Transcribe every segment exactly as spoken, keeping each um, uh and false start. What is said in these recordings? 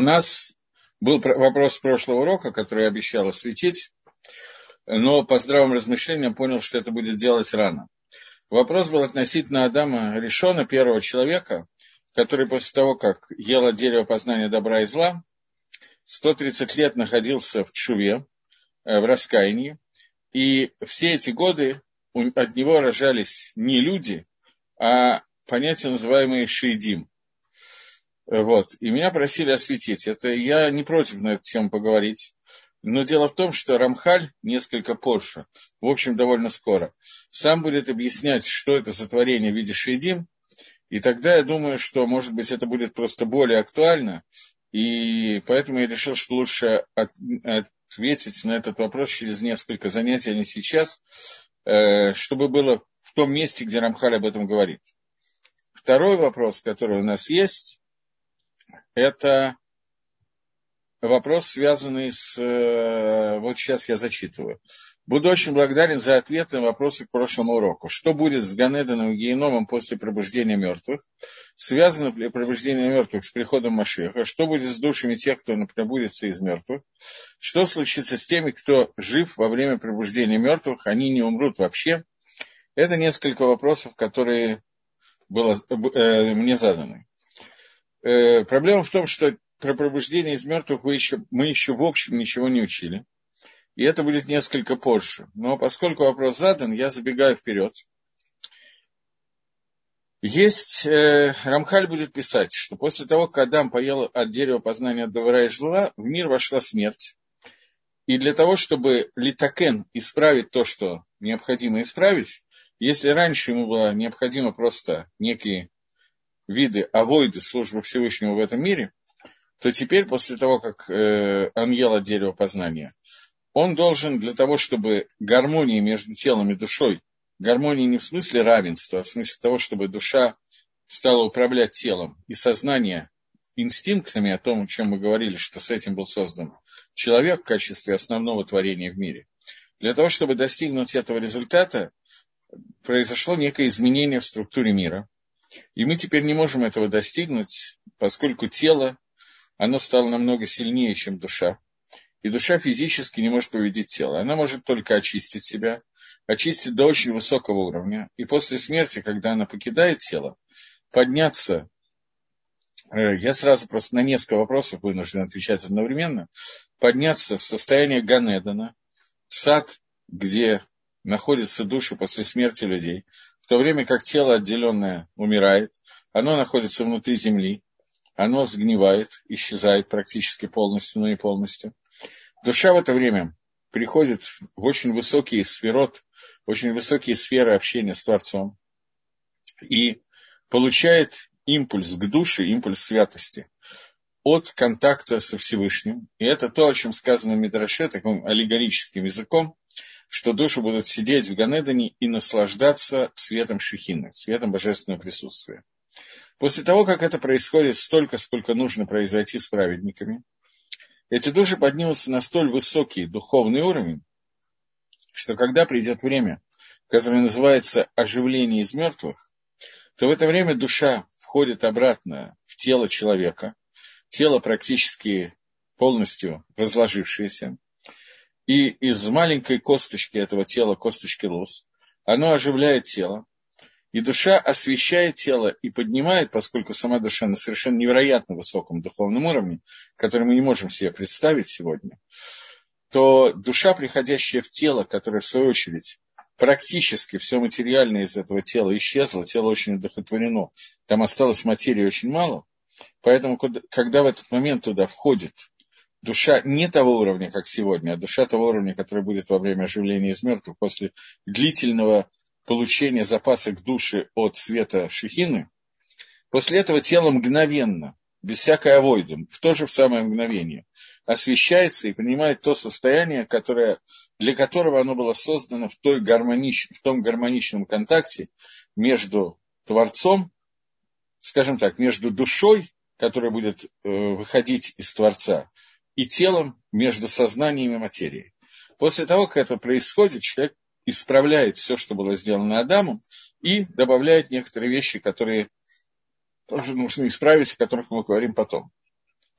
У нас был вопрос прошлого урока, который я обещал осветить, но по здравым размышлениям понял, что это будет делать рано. Вопрос был относительно Адама Ришона, первого человека, который после того, как ел от дерева познания добра и зла, сто тридцать лет находился в тшуве, в раскаянии, и все эти годы от него рожались не люди, а понятия, называемые шейдим. Вот. И меня просили осветить. Это я не против на эту тему поговорить. Но дело в том, что Рамхаль несколько позже, в общем, довольно скоро, сам будет объяснять, что это за творение в виде шейдим, и тогда я думаю, что, может быть, это будет просто более актуально, и поэтому я решил, что лучше от, ответить на этот вопрос через несколько занятий, а не сейчас, э, чтобы было в том месте, где Рамхаль об этом говорит. Второй вопрос, который у нас есть, это вопрос, связанный с... Вот сейчас я зачитываю. Буду очень благодарен за ответы на вопросы к прошлому уроку. Что будет с Ганеданом и Гееномом после пробуждения мертвых? Связано ли пробуждение мертвых с приходом Машиаха? Что будет с душами тех, кто пробудится из мертвых? Что случится с теми, кто жив во время пробуждения мертвых? Они не умрут вообще? Это несколько вопросов, которые было, э, мне заданы. Э, проблема в том, что про пробуждение из мертвых вы еще, мы еще в общем ничего не учили. И это будет несколько позже. Но поскольку вопрос задан, я забегаю вперед. Есть, э, Рамхаль будет писать, что после того, как Адам поел от дерева познания добра и зла, в мир вошла смерть. И для того, чтобы литакен исправить то, что необходимо исправить, если раньше ему было необходимо просто некие виды авойды службы Всевышнего в этом мире, то теперь, после того, как э, он ел от дерева познания, он должен для того, чтобы гармония между телом и душой, гармония не в смысле равенства, а в смысле того, чтобы душа стала управлять телом и сознание инстинктами, о том, о чем мы говорили, что с этим был создан человек в качестве основного творения в мире. Для того, чтобы достигнуть этого результата, произошло некое изменение в структуре мира. И мы теперь не можем этого достигнуть, поскольку тело, оно стало намного сильнее, чем душа. И душа физически не может победить тело. Она может только очистить себя, очистить до очень высокого уровня. И после смерти, когда она покидает тело, подняться... Я сразу просто на несколько вопросов вынужден отвечать одновременно. Подняться в состояние Ганедана, сад, где находятся души после смерти людей, в то время как тело отделенное умирает, оно находится внутри земли, оно сгнивает, исчезает практически полностью, но не полностью. Душа в это время приходит в очень высокие сферот, очень высокие сферы общения с Творцом и получает импульс к душе, импульс святости от контакта со Всевышним. И это то, о чем сказано в Мидраше, таким аллегорическим языком, что души будут сидеть в Ганедане и наслаждаться светом Шехины, светом божественного присутствия. После того, как это происходит столько, сколько нужно произойти с праведниками, эти души поднимутся на столь высокий духовный уровень, что когда придет время, которое называется оживление из мертвых, то в это время душа входит обратно в тело человека, тело практически полностью разложившееся, и из маленькой косточки этого тела, косточки лос, оно оживляет тело, и душа освещает тело и поднимает, поскольку сама душа на совершенно невероятно высоком духовном уровне, который мы не можем себе представить сегодня, то душа, приходящая в тело, которое, в свою очередь, практически все материальное из этого тела исчезло, тело очень одухотворено, там осталось материи очень мало, поэтому, когда в этот момент туда входит душа не того уровня, как сегодня, а душа того уровня, который будет во время оживления из мертвых, после длительного получения запасок души от света Шехины, после этого тело мгновенно, без всякой авойды, в то же самое мгновение, освещается и принимает то состояние, которое, для которого оно было создано в, той гармонич, в том гармоничном контакте между Творцом, скажем так, между душой, которая будет э, выходить из Творца, и телом, между сознанием и материей. После того, как это происходит, человек исправляет все, что было сделано Адамом, и добавляет некоторые вещи, которые тоже нужно исправить, о которых мы говорим потом.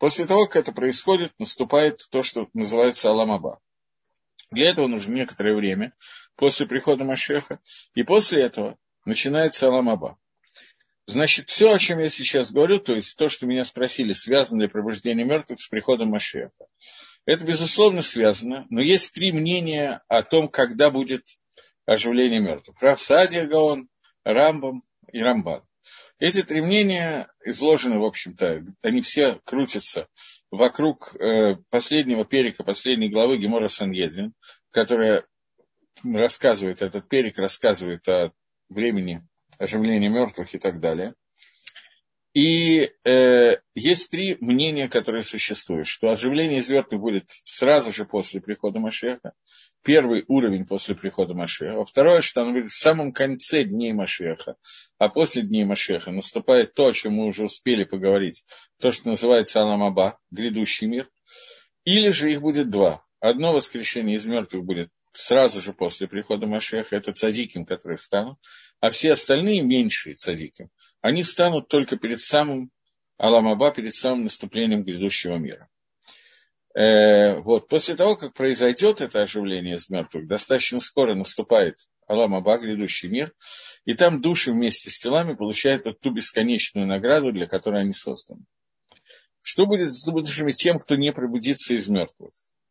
После того, как это происходит, наступает то, что называется Олам Аба. Для этого нужно некоторое время после прихода Машеха, и после этого начинается Олам Аба. Значит, все, о чем я сейчас говорю, то есть то, что меня спросили, связано ли пробуждение мертвых с приходом Машеха, это, безусловно, связано, но есть три мнения о том, когда будет оживление мертвых. Рав Саадия Гаон, Рамбам и Рамбан. Эти три мнения изложены, в общем-то, они все крутятся вокруг э, последнего перека, последней главы Гемора Сангедрин, которая рассказывает, этот перек рассказывает о времени оживления мертвых и так далее. И э, есть три мнения, которые существуют, что оживление из мертвых будет сразу же после прихода Машеха, первый уровень после прихода Машеха, второе, что оно будет в самом конце дней Машеха, а после дней Машеха наступает то, о чем мы уже успели поговорить, то, что называется Олам Аба, грядущий мир, или же их будет два. Одно воскрешение из мертвых будет сразу же после прихода Машеха, это цадиким, которые встанут, а все остальные меньшие цадиким, они встанут только перед самым Олам Аба, перед самым наступлением грядущего мира. Э, вот, после того, как произойдет это оживление из мертвых, достаточно скоро наступает Олам Аба, грядущий мир, и там души вместе с телами получают вот ту бесконечную награду, для которой они созданы. Что будет с душами тем, кто не пробудится из мертвых?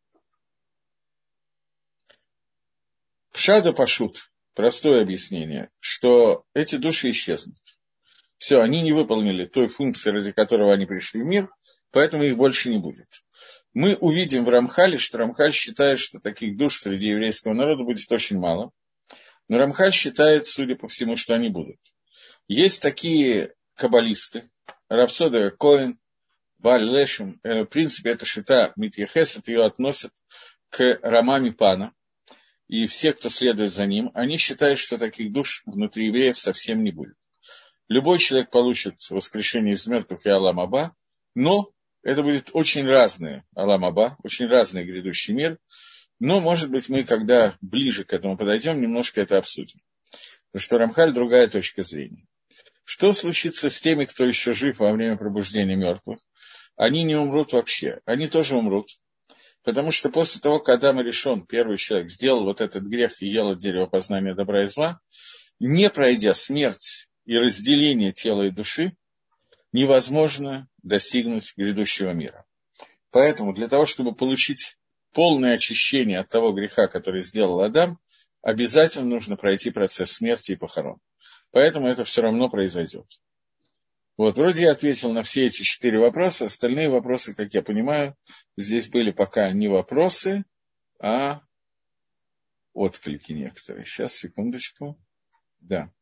Пшада пашут, простое объяснение, что эти души исчезнут. Все, они не выполнили той функции, ради которой они пришли в мир, поэтому их больше не будет. Мы увидим в Рамхале, что Рамхаль считает, что таких душ среди еврейского народа будет очень мало. Но Рамхаль считает, судя по всему, что они будут. Есть такие каббалисты, Рав Цодек Коэн, Баль Лешем, в принципе, это шита Митьехесет, ее относят к Рамами Пана. И все, кто следует за ним, они считают, что таких душ внутри евреев совсем не будет. Любой человек получит воскрешение из мертвых и Олам Аба, но это будет очень разное Олам Аба, очень разный грядущий мир. Но, может быть, мы, когда ближе к этому подойдем, немножко это обсудим. Потому что Рамхаль другая точка зрения. Что случится с теми, кто еще жив во время пробуждения мертвых? Они не умрут вообще, они тоже умрут. Потому что после того, как Адам решен, первый человек, сделал вот этот грех и ел от дерева познания добра и зла, не пройдя смерть и разделение тела и души, невозможно достигнуть грядущего мира. Поэтому для того, чтобы получить полное очищение от того греха, который сделал Адам, обязательно нужно пройти процесс смерти и похорон. Поэтому это все равно произойдет. Вот, вроде я ответил на все эти четыре вопроса. Остальные вопросы, как я понимаю, здесь были пока не вопросы, а отклики некоторые. Сейчас, секундочку. Да.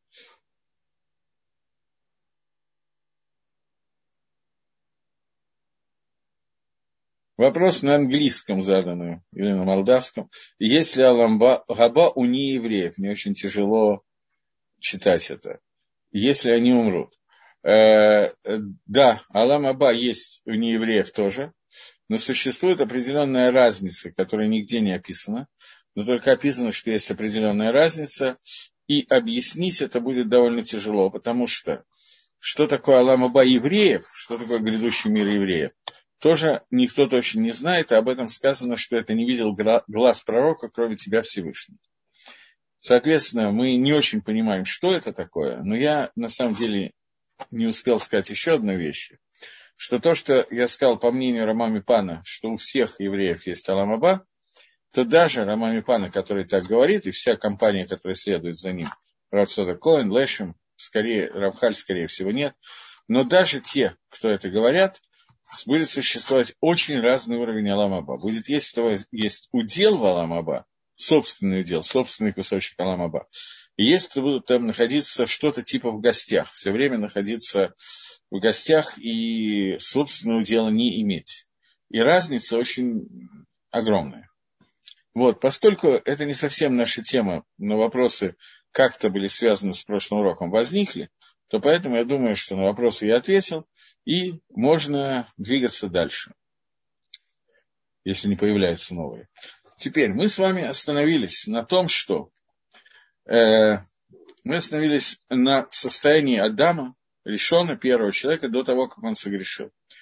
Вопрос на английском заданный, или на молдавском. Есть ли Олам Аба у неевреев? Мне очень тяжело читать это. Если они умрут. Э, да, Олам Аба есть у неевреев тоже, но существует определенная разница, которая нигде не описана, но только описано, что есть определенная разница, и объяснить это будет довольно тяжело, потому что что такое Олам Аба евреев, что такое грядущий мир евреев, тоже никто точно не знает, и об этом сказано, что это не видел глаз пророка, кроме тебя Всевышний. Соответственно, мы не очень понимаем, что это такое, но я на самом деле не успел сказать еще одну вещь, что то, что я сказал по мнению Рамами Пана, что у всех евреев есть Олам Аба, то даже Рамами Пана, который так говорит, и вся компания, которая следует за ним, Рав Цодек Коэн, Лешем, скорее, Рамхаль, скорее всего, нет, но даже те, кто это говорят, будет существовать очень разный уровень Олам Аба. Будет есть, есть удел в Олам Аба, собственный удел, собственный кусочек Олам Аба. И есть, кто будут там находиться что-то типа в гостях, все время находиться в гостях и собственного дела не иметь. И разница очень огромная. Вот, поскольку это не совсем наша тема, но вопросы как-то были связаны с прошлым уроком, возникли, то поэтому я думаю, что на вопросы я ответил, и можно двигаться дальше, если не появляются новые. Теперь мы с вами остановились на том, что э, мы остановились на состоянии Адама, решено первого человека, до того, как он согрешил.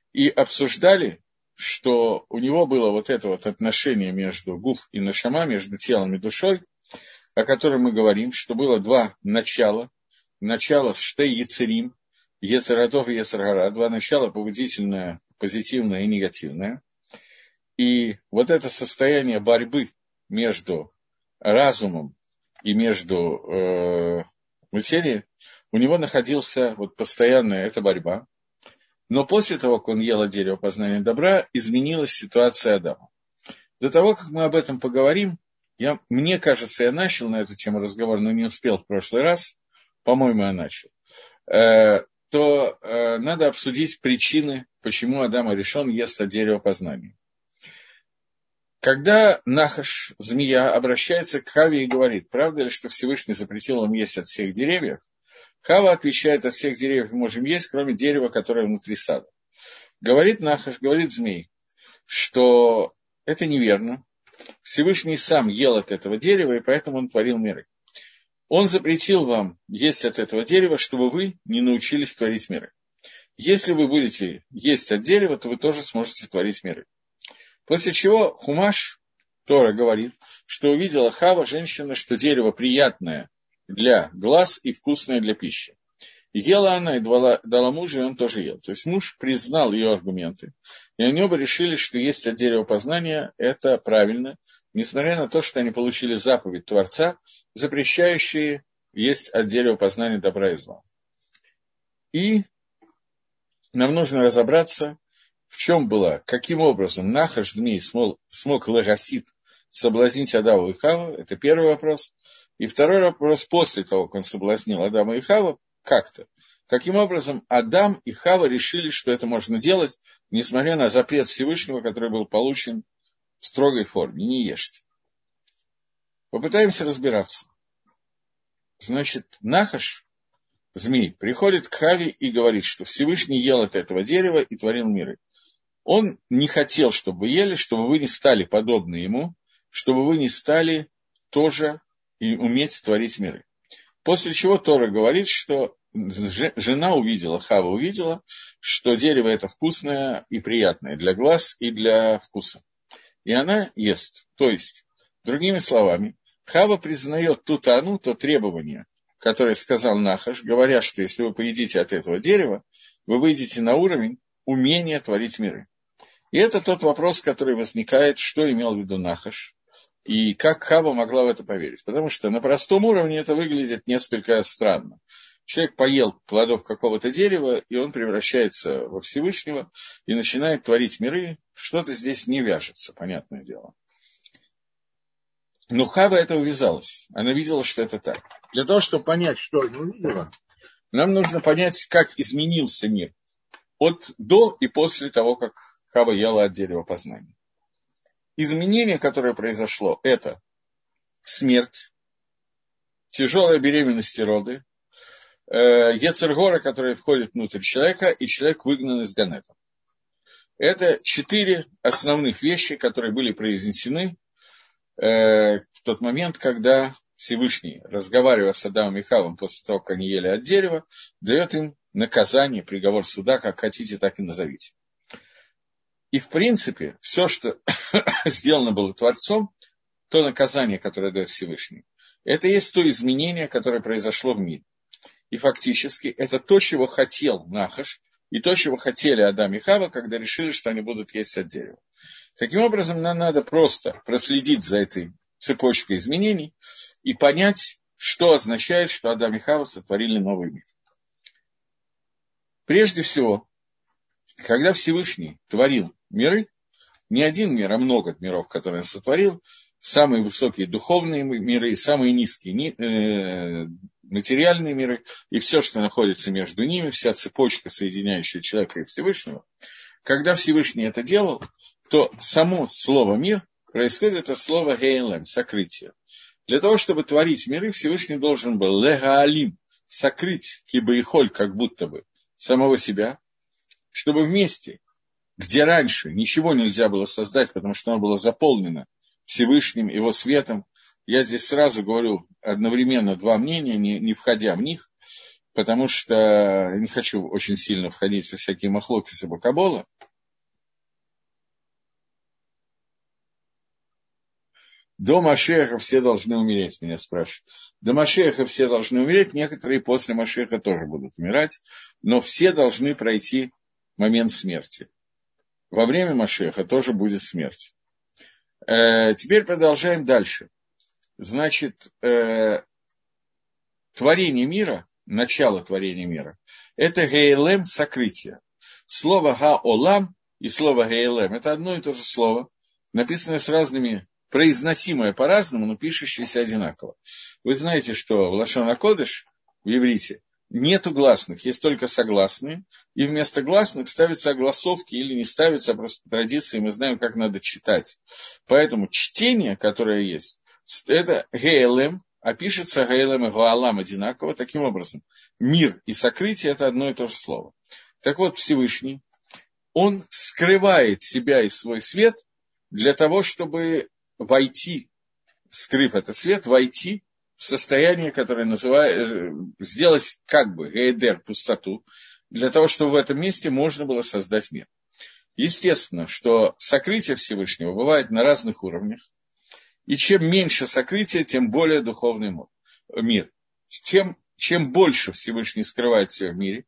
и обсуждали, что у него было вот это вот отношение между гуф и нашама, между телом и душой, о котором мы говорим, что было два начала. Начало штей яцерим, ецератов и ецергара, два начала, побудительное, позитивное и негативное. И вот это состояние борьбы между разумом и между э, материей, у него находился вот постоянная эта борьба. Но после того, как он ел от дерева познания добра, изменилась ситуация Адама. До того, как мы об этом поговорим, я, мне кажется, я начал на эту тему разговор, но не успел в прошлый раз, по-моему, я начал, э, то э, надо обсудить причины, почему Адам решен ест от дерева познания. Когда Нахаш, змея, обращается к Хаве и говорит, правда ли, что Всевышний запретил вам есть от всех деревьев, Хава отвечает, от всех деревьев мы можем есть, кроме дерева, которое внутри сада. Говорит Нахаш, говорит змей, что это неверно. Всевышний сам ел от этого дерева, и поэтому он творил миры. Он запретил вам есть от этого дерева, чтобы вы не научились творить миры. Если вы будете есть от дерева, то вы тоже сможете творить миры. После чего Хумаш, Тора, говорит, что увидела Хава, женщина, что дерево приятное для глаз и вкусное для пищи. Ела она и дала, дала мужу, и он тоже ел. То есть муж признал ее аргументы, и они оба решили, что есть от дерева познания, это правильно, несмотря на то, что они получили заповедь Творца, запрещающие есть от дерева познания добра и зла. И нам нужно разобраться, в чем была, каким образом Нахаш змей смог, смог лагасит соблазнить Адама и Хаву, это первый вопрос. И второй вопрос, после того, как он соблазнил Адама и Хаву, как-то. Каким образом Адам и Хава решили, что это можно делать, несмотря на запрет Всевышнего, который был получен в строгой форме, не ешьте. Попытаемся разбираться. Значит, Нахаш, змей, приходит к Хаве и говорит, что Всевышний ел от этого дерева и творил миры. Он не хотел, чтобы вы ели, чтобы вы не стали подобны ему, чтобы вы не стали тоже и уметь творить миры. После чего Тора говорит, что жена увидела, Хава увидела, что дерево это вкусное и приятное для глаз и для вкуса. И она ест. То есть, другими словами, Хава признает ту тану, то требование, которое сказал Нахаш, говоря, что если вы поедите от этого дерева, вы выйдете на уровень умения творить миры. И это тот вопрос, который возникает, что имел в виду Нахаш, и как Хава могла в это поверить. Потому что на простом уровне это выглядит несколько странно. Человек поел плодов какого-то дерева, и он превращается во Всевышнего и начинает творить миры. Что-то здесь не вяжется, понятное дело. Но Хава это увязалась. Она видела, что это так. Для того, чтобы понять, что она увидела, нам нужно понять, как изменился мир от до и после того, как Хава ела от дерева познания. Изменение, которое произошло, это смерть, тяжелая беременность и роды, э, Ецер-гора, который входит внутрь человека, и человек выгнан из Ганета. Это четыре основных вещи, которые были произнесены э, в тот момент, когда Всевышний, разговаривая с Адамом и Хавом после того, как они ели от дерева, дает им наказание, приговор суда, как хотите, так и назовите. И, в принципе, все, что сделано было Творцом, то наказание, которое дает Всевышний, это есть то изменение, которое произошло в мире. И фактически это то, чего хотел Нахаш, и то, чего хотели Адам и Хава, когда решили, что они будут есть от дерева. Таким образом, нам надо просто проследить за этой цепочкой изменений и понять, что означает, что Адам и Хава сотворили новый мир. Прежде всего, когда Всевышний творил миры, не один мир, а много миров, которые он сотворил, самые высокие духовные миры, самые низкие э, материальные миры, и все, что находится между ними, вся цепочка, соединяющая человека и Всевышнего, когда Всевышний это делал, то само слово «мир» происходит от слова «гейлем» — «сокрытие». Для того, чтобы творить миры, Всевышний должен был «легаалим» — сокрыть кибаихоль, как будто бы, самого себя, чтобы вместе, где раньше ничего нельзя было создать, потому что оно было заполнено Всевышним, его светом. Я здесь сразу говорю одновременно два мнения, не, не входя в них, потому что не хочу очень сильно входить во всякие махлоки Бакабола, До Машеха все должны умереть, меня спрашивают. До Машеха все должны умереть, некоторые после Машеха тоже будут умирать, но все должны пройти момент смерти. Во время Машеха тоже будет смерть. Э, теперь продолжаем дальше. Значит, э, творение мира, начало творения мира, это гейлем, сокрытие. Слово га-олам и слово гейлем – это одно и то же слово, написанное с разными, произносимое по-разному, но пишущееся одинаково. Вы знаете, что в лашон а-кодеш, в иврите, нету гласных, есть только согласные, и вместо гласных ставятся огласовки или не ставятся, а просто по традиции мы знаем, как надо читать. Поэтому чтение, которое есть, это гейлем, а пишется гейлем и гаалам одинаково. Таким образом, мир и сокрытие – это одно и то же слово. Так вот, Всевышний, он скрывает себя и свой свет для того, чтобы войти, скрыв этот свет, войти в состояние, которое называется, сделать как бы гейдер, пустоту, для того, чтобы в этом месте можно было создать мир. Естественно, что сокрытие Всевышнего бывает на разных уровнях, и чем меньше сокрытия, тем более духовный мир. Тем, чем больше Всевышний скрывает себя в мире,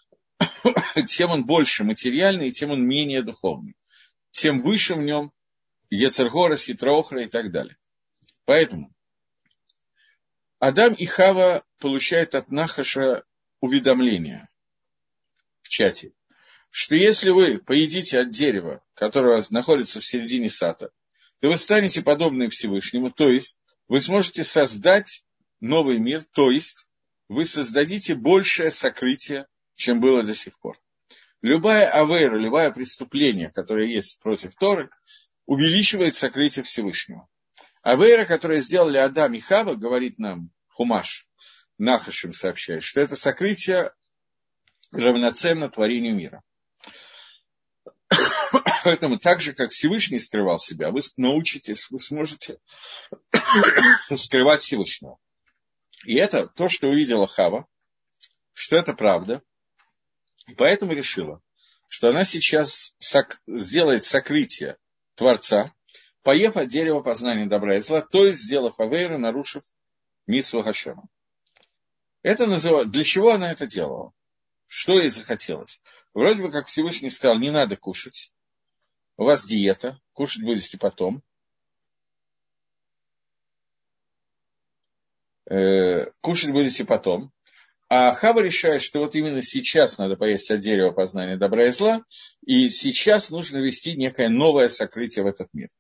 тем он больше материальный, и тем он менее духовный. Тем выше в нем Йецер гара, Ситра Охра и так далее. Поэтому Адам и Хава получают от Нахаша уведомление в чате, что если вы поедите от дерева, которое находится в середине сада, то вы станете подобны Всевышнему, то есть вы сможете создать новый мир, то есть вы создадите большее сокрытие, чем было до сих пор. Любая авейра, любое преступление, которое есть против Торы, увеличивает сокрытие Всевышнего. Авейра, которое сделали Адам и Хава, говорит нам Хумаш, Нахашим сообщает, что это сокрытие равноценно творению мира. Поэтому так же, как Всевышний скрывал себя, вы научитесь, вы сможете скрывать Всевышнего. И это то, что увидела Хава, что это правда. И поэтому решила, что она сейчас сок- сделает сокрытие Творца, поев от дерева познания добра и зла, то есть сделав авейру, нарушив мицву Хашема. Это называется... Для чего она это делала? Что ей захотелось? Вроде бы как Всевышний сказал, не надо кушать, у вас диета, кушать будете потом. Э, кушать будете потом. А Хава решает, что вот именно сейчас надо поесть от дерева познания добра и зла, и сейчас нужно ввести некое новое сокрытие в этот мир.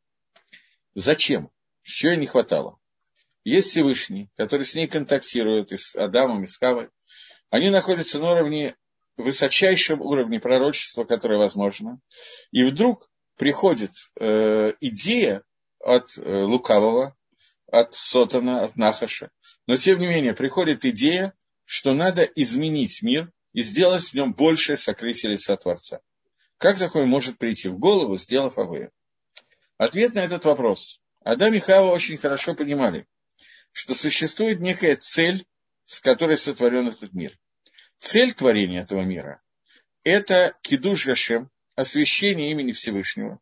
Зачем? Чего ей не хватало? Есть Всевышний, который с ней контактирует, и с Адамом, и с Хавой. Они находятся на уровне, высочайшем уровне пророчества, которое возможно. И вдруг приходит э, идея от э, лукавого, от Сотана, от Нахаша. Но, тем не менее, приходит идея, что надо изменить мир и сделать в нем большее сокрытие лица Творца. Как такое может прийти в голову, сделав авейру? Ответ на этот вопрос. Адам и Хава очень хорошо понимали, что существует некая цель, с которой сотворен этот мир. Цель творения этого мира – это кидуш Гашем, освящение имени Всевышнего.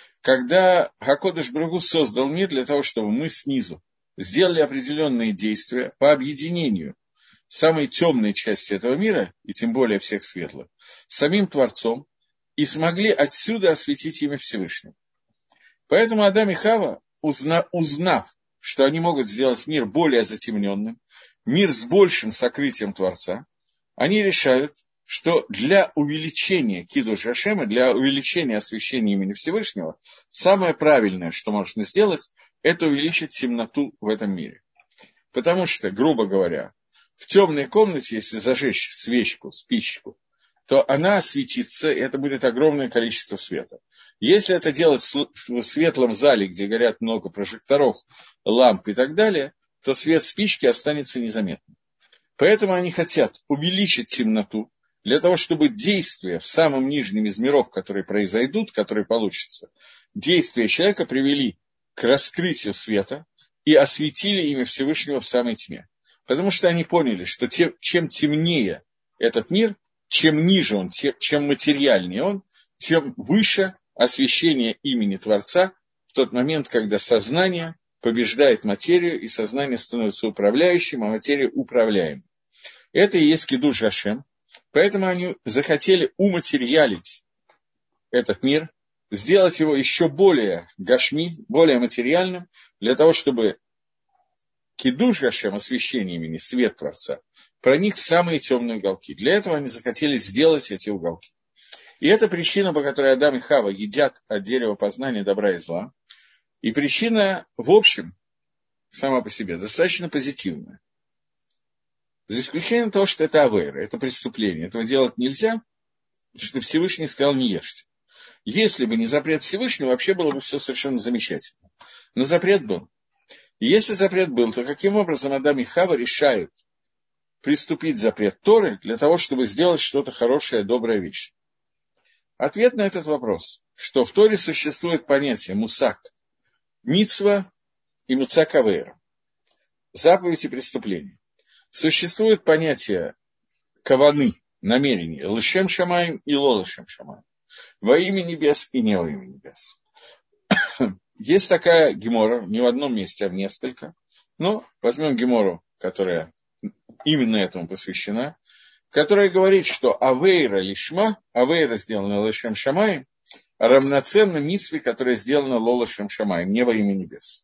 Когда Гакодеш Барух Ху создал мир для того, чтобы мы снизу сделали определенные действия по объединению самой темной части этого мира, и тем более всех светлых, самим Творцом, и смогли отсюда осветить имя Всевышнего. Поэтому Адам и Хава, узна, узнав, что они могут сделать мир более затемненным, мир с большим сокрытием Творца, они решают, что для увеличения кидуш Гашема, для увеличения освящения имени Всевышнего, самое правильное, что можно сделать, это увеличить темноту в этом мире. Потому что, грубо говоря, в темной комнате, если зажечь свечку, спичку, то она осветится, и это будет огромное количество света. Если это делать в светлом зале, где горят много прожекторов, ламп и так далее, то свет спички останется незаметным. Поэтому они хотят увеличить темноту, для того, чтобы действия в самом нижнем из миров, которые произойдут, которые получатся, действия человека привели к раскрытию света и осветили имя Всевышнего в самой тьме. Потому что они поняли, что тем, чем темнее этот мир, чем ниже он, тем, чем материальнее он, тем выше освящение имени Творца в тот момент, когда сознание побеждает материю, и сознание становится управляющим, а материя управляемой. Это и есть кидуш Ашем. Поэтому они захотели уматериалить этот мир, сделать его еще более гашми, более материальным, для того, чтобы кидуш Ашем, освящение имени, свет Творца, проник в самые темные уголки. Для этого они захотели сделать эти уголки. И это причина, по которой Адам и Хава едят от дерева познания добра и зла. И причина, в общем, сама по себе, достаточно позитивная. За исключением того, что это авейра, это преступление. Этого делать нельзя, потому что Всевышний сказал, не ешьте. Если бы не запрет Всевышнего, вообще было бы все совершенно замечательно. Но запрет был. И если запрет был, то каким образом Адам и Хава решают приступить запрет Торы для того, чтобы сделать что-то хорошее, доброе, вечное? Ответ на этот вопрос, что в Торе существует понятие мусак, мицва и муцак авейра, заповедь и преступление. Существует понятие каваны, намерения, лешем шамаем и ло лешем шамаем, во имя небес и не во имя небес. Есть такая гемора, не в одном месте, а в несколько. Но возьмем гемору, которая именно этому посвящена, которая говорит, что авейра лишма, авейра сделана лешем шамаем, равноценно мицве, которая сделана ло лешем шамаем, не во имя небес.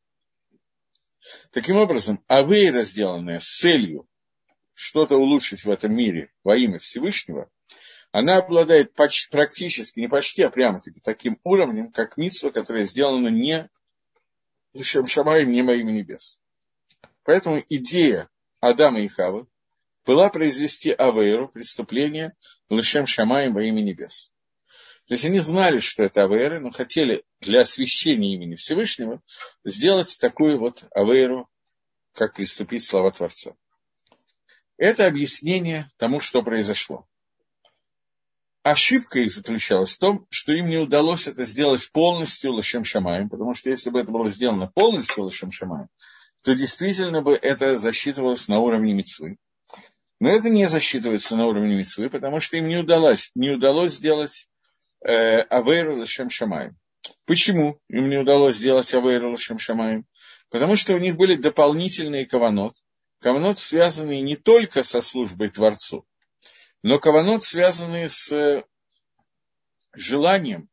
Таким образом, авейра, сделанная с целью что-то улучшить в этом мире во имя Всевышнего, она обладает почти, практически, не почти, а прямо-таки таким уровнем, как мицва, которая сделана не лешем шамаем, не во имя небес. Поэтому идея Адама и Хавы была произвести авейру, преступление, лешем шамаем во имя небес. То есть они знали, что это авейра, но хотели для освящения имени Всевышнего сделать такую вот авейру, как приступить слова Творца. Это объяснение тому, что произошло. Ошибка их заключалась в том, что им не удалось это сделать полностью лешем шамаем, потому что если бы это было сделано полностью лешем шамаем, то действительно бы это засчитывалось на уровне мицвы. Но это не засчитывается на уровне мицвы, потому что им не удалось, не удалось сделать э, авейру лешем шамаем. Почему им не удалось сделать авейру лешем шамаем? Потому что у них были дополнительные каванот, каванот, связанные не только со службой Творцу, но каванот, связанные с желанием,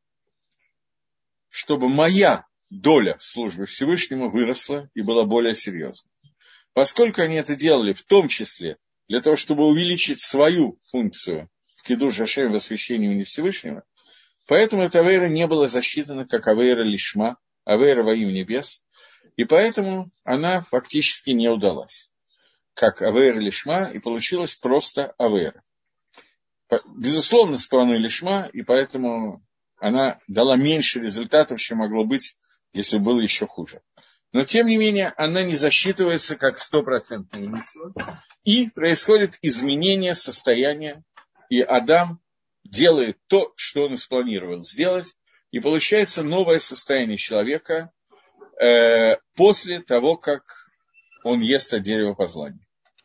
чтобы моя доля в службе Всевышнему выросла и была более серьезной. Поскольку они это делали в том числе для того, чтобы увеличить свою функцию в кидуш Ашем, в освящении имени Всевышнего, поэтому эта авейра не была засчитана как авейра лишма, авейра во имя небес, и поэтому она фактически не удалась. Как авейра лишма, и получилась просто авейра. Безусловно, с каваной лишма, и поэтому она дала меньше результатов, чем могло быть, если бы было еще хуже. Но, тем не менее, она не засчитывается как стопроцентная мицва, и происходит изменение состояния, и Адам делает то, что он спланировал сделать, и получается новое состояние человека э, после того, как он ест от дерева познания.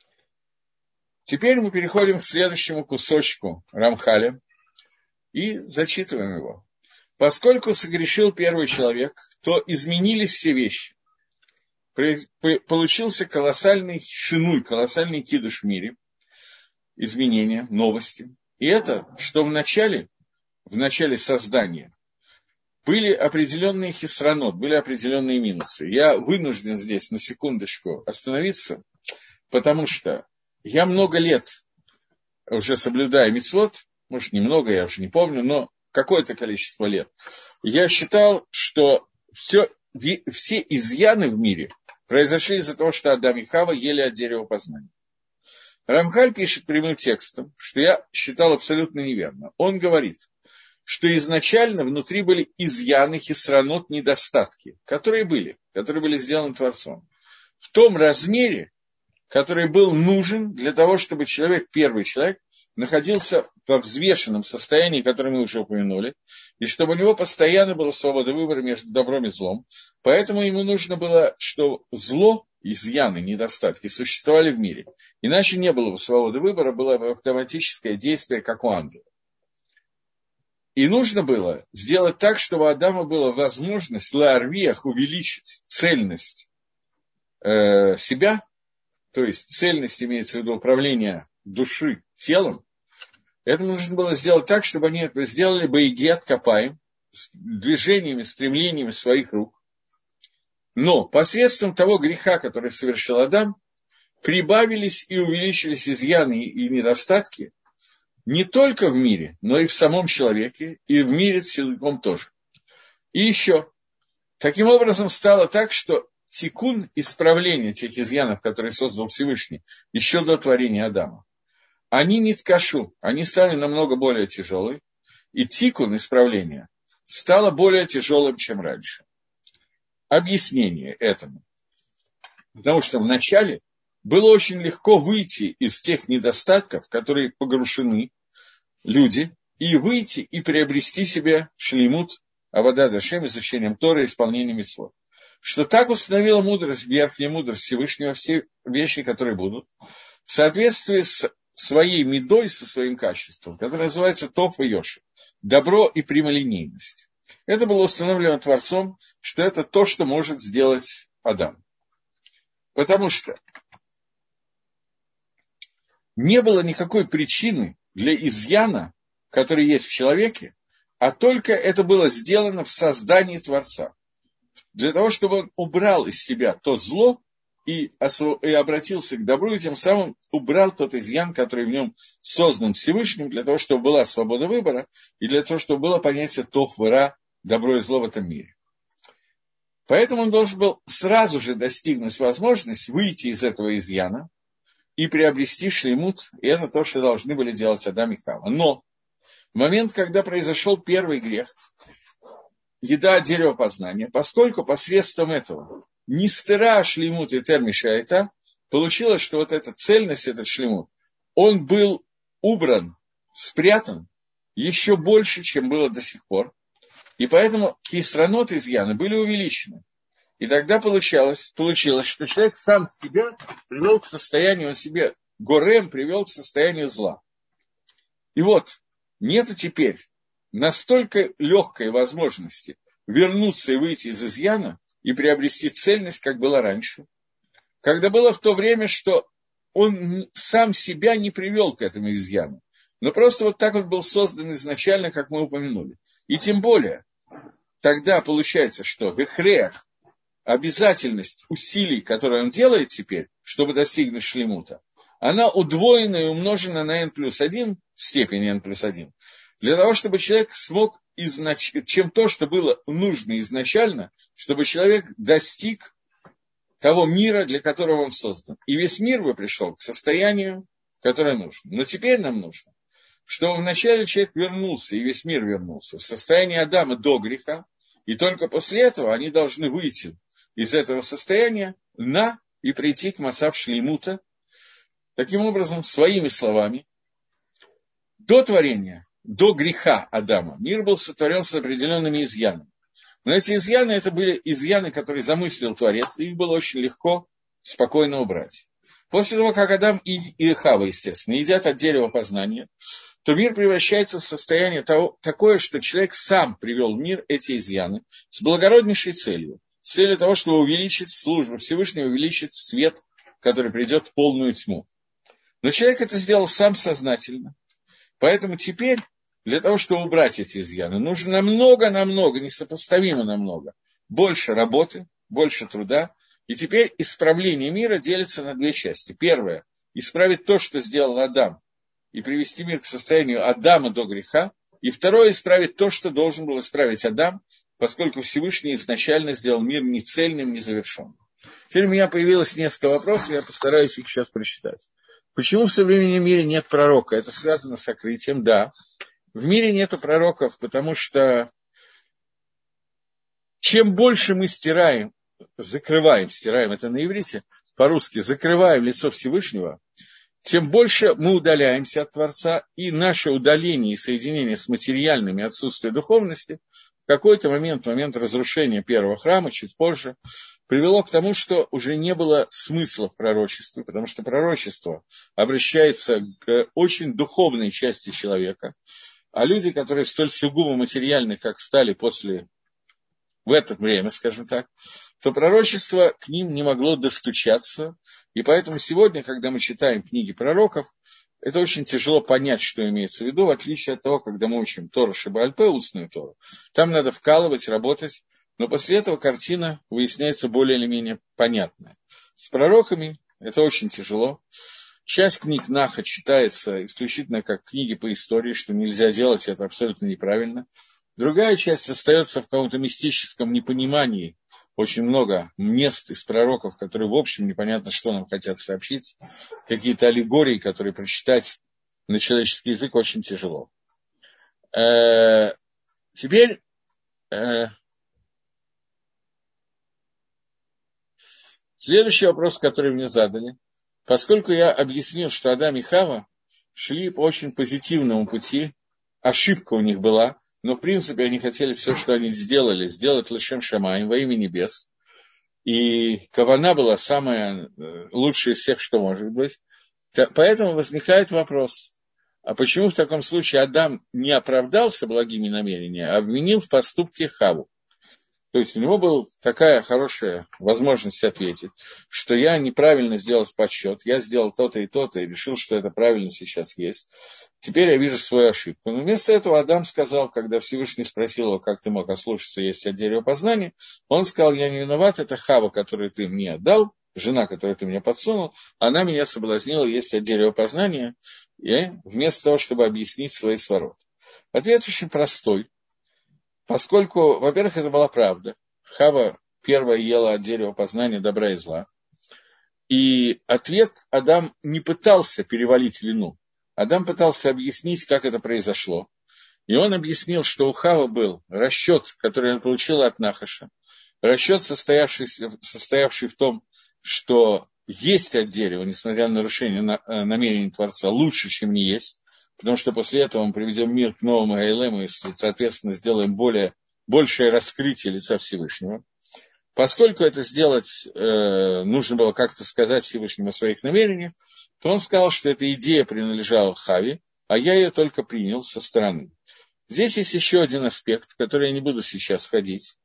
Теперь мы переходим к следующему кусочку Рамхаля и зачитываем его. Поскольку согрешил первый человек, то изменились все вещи. Получился колоссальный шинуй, колоссальный кидуш в мире, изменения, новости. И это, что в начале, в начале создания, были определенные хисранот, были определенные минусы. Я вынужден здесь на секундочку остановиться, потому что я много лет уже соблюдаю мицвот, может, немного, я уже не помню, но какое-то количество лет. Я считал, что все, все изъяны в мире произошли из-за того, что Адам и Хава ели от дерева познания. Рамхаль пишет прямым текстом, что я считал абсолютно неверно. Он говорит, что изначально внутри были изъяны, хисранот, недостатки, которые были, которые были сделаны Творцом. В том размере, который был нужен для того, чтобы человек, первый человек, находился во взвешенном состоянии, которое мы уже упомянули, и чтобы у него постоянно была свобода выбора между добром и злом. Поэтому ему нужно было, что зло, изъяны, недостатки существовали в мире. Иначе не было бы свободы выбора, было бы автоматическое действие, как у ангела. И нужно было сделать так, чтобы у Адама была возможность лаарвиях увеличить цельность э, себя, то есть цельность имеется в виду управление души телом, это нужно было сделать так, чтобы они это сделали бейгет капаем, с движениями, стремлениями своих рук. Но посредством того греха, который совершил Адам, прибавились и увеличились изъяны и недостатки не только в мире, но и в самом человеке, и в мире целиком тоже. И еще, таким образом стало так, что тикун, исправление тех изъянов, которые создал Всевышний еще до творения Адама, они не ткашу, они стали намного более тяжелые, и тикун, исправление, стало более тяжелым, чем раньше. Объяснение этому. Потому что вначале было очень легко выйти из тех недостатков, которые погрушены люди, и выйти и приобрести себе шлеймут аводат Ашем, изучением Торы, исполнением мицвот. Что так установила мудрость, верхняя мудрость Всевышнего, все вещи, которые будут, в соответствии с своей мидой, со своим качеством, которое называется топ и йоши, добро и прямолинейность. Это было установлено Творцом, что это то, что может сделать Адам. Потому что не было никакой причины для изъяна, который есть в человеке, а только это было сделано в создании Творца. Для того, чтобы он убрал из себя то зло и, осво- и обратился к добру, и тем самым убрал тот изъян, который в нем создан Всевышним, для того, чтобы была свобода выбора, и для того, чтобы было понятие тов вера, добро и зло в этом мире. Поэтому он должен был сразу же достигнуть возможность выйти из этого изъяна и приобрести шлеймут, и это то, что должны были делать Адам и Хава. Но в момент, когда произошел первый грех, еда от дерева познания, поскольку посредством этого не стыра шлеймут и термишайта, получилось, что вот эта цельность, этот шлеймут, он был убран, спрятан еще больше, чем было до сих пор. И поэтому кисранот изъяны были увеличены. И тогда получалось, получилось, что человек сам себя привел к состоянию, он себе горем привел к состоянию зла. И вот, нету теперь настолько легкой возможности вернуться и выйти из изъяна и приобрести цельность, как было раньше. Когда было в то время, что он сам себя не привел к этому изъяну. Но просто вот так вот был создан изначально, как мы упомянули. И тем более, тогда получается, что в эхреях обязательность усилий, которые он делает теперь, чтобы достигнуть шлемута, она удвоена и умножена на n плюс один, в степени n плюс один, для того, чтобы человек смог, изнач... чем то, что было нужно изначально, чтобы человек достиг того мира, для которого он создан. И весь мир бы пришел к состоянию, которое нужно. Но теперь нам нужно, чтобы вначале человек вернулся, и весь мир вернулся в состояние Адама до греха, и только после этого они должны выйти из этого состояния на и прийти к Масав Шлеймута. Таким образом, своими словами, до творения, до греха Адама, мир был сотворен с определенными изъянами. Но эти изъяны, это были изъяны, которые замыслил Творец, и их было очень легко, спокойно убрать. После того, как Адам и, и Хава, естественно, едят от дерева познания, то мир превращается в состояние того, такое, что человек сам привел в мир эти изъяны с благороднейшей целью. С целью того, чтобы увеличить службу Всевышнего, увеличить свет, который придет в полную тьму. Но человек это сделал сам сознательно. Поэтому теперь, для того, чтобы убрать эти изъяны, нужно намного-намного, несопоставимо намного, больше работы, больше труда. И теперь исправление мира делится на две части. Первое – исправить то, что сделал Адам, и привести мир к состоянию Адама до греха. И второе – исправить то, что должен был исправить Адам, поскольку Всевышний изначально сделал мир не цельным, не завершенным. Теперь у меня появилось несколько вопросов, я постараюсь их сейчас прочитать. Почему в современном мире нет пророка? Это связано с сокрытием, да. В мире нет пророков, потому что чем больше мы стираем, закрываем, стираем это на иврите, по-русски, закрываем лицо Всевышнего, тем больше мы удаляемся от Творца, и наше удаление и соединение с материальными, отсутствие духовности, в какой-то момент, в момент разрушения первого храма, чуть позже, привело к тому, что уже не было смысла в пророчестве, потому что пророчество обращается к очень духовной части человека, а люди, которые столь сугубо материальны, как стали после в это время, скажем так, то пророчество к ним не могло достучаться. И поэтому сегодня, когда мы читаем книги пророков, это очень тяжело понять, что имеется в виду, в отличие от того, когда мы учим Тору Шебааль Пе, устную Тору. Там надо вкалывать, работать, но после этого картина выясняется более или менее понятная. С пророками это очень тяжело. Часть книг Наха читается исключительно как книги по истории, что нельзя делать, это абсолютно неправильно. Другая часть остается в каком-то мистическом непонимании. Очень много мест из пророков, которые, в общем, непонятно, что нам хотят сообщить. Какие-то аллегории, которые прочитать на человеческий язык очень тяжело. Э-э- теперь э- следующий вопрос, который мне задали. Поскольку я объяснил, что Адам и Хава шли по очень позитивному пути, ошибка у них была, но, в принципе, они хотели все, что они сделали, сделать лешем шамаим во имя небес. И кавана была самая лучшая из всех, что может быть. Поэтому возникает вопрос, а почему в таком случае Адам не оправдался благими намерениями, а обвинил в поступке Хаву? То есть у него была такая хорошая возможность ответить, что я неправильно сделал подсчет, я сделал то-то и то-то, и решил, что это правильно сейчас есть. Теперь я вижу свою ошибку. Но вместо этого Адам сказал, когда Всевышний спросил его, как ты мог ослушаться, есть от дерева познания, он сказал, я не виноват, это Хава, которую ты мне отдал, жена, которую ты мне подсунул, она меня соблазнила, есть от дерева познания, и вместо того, чтобы объяснить свои свороты. Ответ очень простой. Поскольку, во-первых, это была правда. Хава первая ела от дерева познания добра и зла. И ответ Адам не пытался перевалить вину. Адам пытался объяснить, как это произошло. И он объяснил, что у Хавы был расчет, который он получил от Нахаша. Расчет, состоявший, состоявший в том, что есть от дерева, несмотря на нарушение намерений Творца, лучше, чем не есть. Потому что после этого мы приведем мир к новому Айлему и, соответственно, сделаем более, большее раскрытие лица Всевышнего. Поскольку это сделать э, нужно было как-то сказать Всевышнему о своих намерениях, то он сказал, что эта идея принадлежала Хаве, а я ее только принял со стороны. Здесь есть еще один аспект, в который я не буду сейчас входить.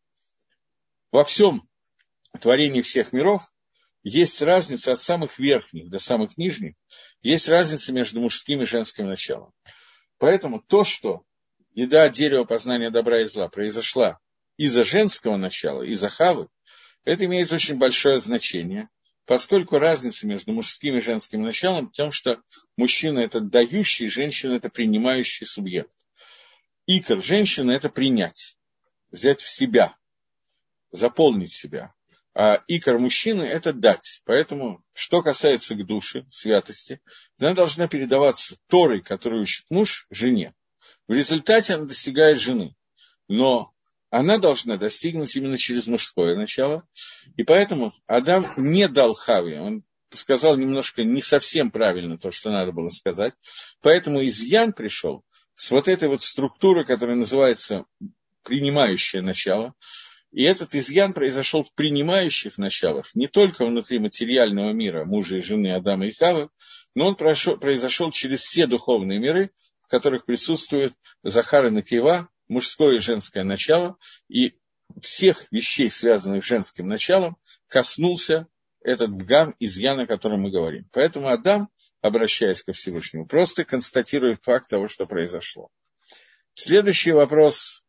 Во всем творении всех миров есть разница от самых верхних до самых нижних, есть разница между мужским и женским началом. Поэтому то, что еда от дерева познания добра и зла произошла из-за женского начала, из-за Хавы, это имеет очень большое значение, поскольку разница между мужским и женским началом в том, что мужчина – это дающий, женщина – это принимающий субъект. Икор женщины – это принять, взять в себя, заполнить себя. А икор мужчины – это дать. Поэтому, что касается к душе, святости, она должна передаваться Торой, которую учит муж, жене. В результате она достигает жены. Но она должна достигнуть именно через мужское начало. И поэтому Адам не дал Хаве. Он сказал немножко не совсем правильно то, что надо было сказать. Поэтому изъян пришел с вот этой вот структуры, которая называется принимающее начало. И этот изъян произошел в принимающих началах, не только внутри материального мира мужа и жены Адама и Хавы, но он прошел, произошел через все духовные миры, в которых присутствует Захар и Накива, мужское и женское начало, и всех вещей, связанных с женским началом, коснулся этот бгам, изъян, о котором мы говорим. Поэтому Адам, обращаясь ко Всевышнему, просто констатирует факт того, что произошло. Следующий вопрос.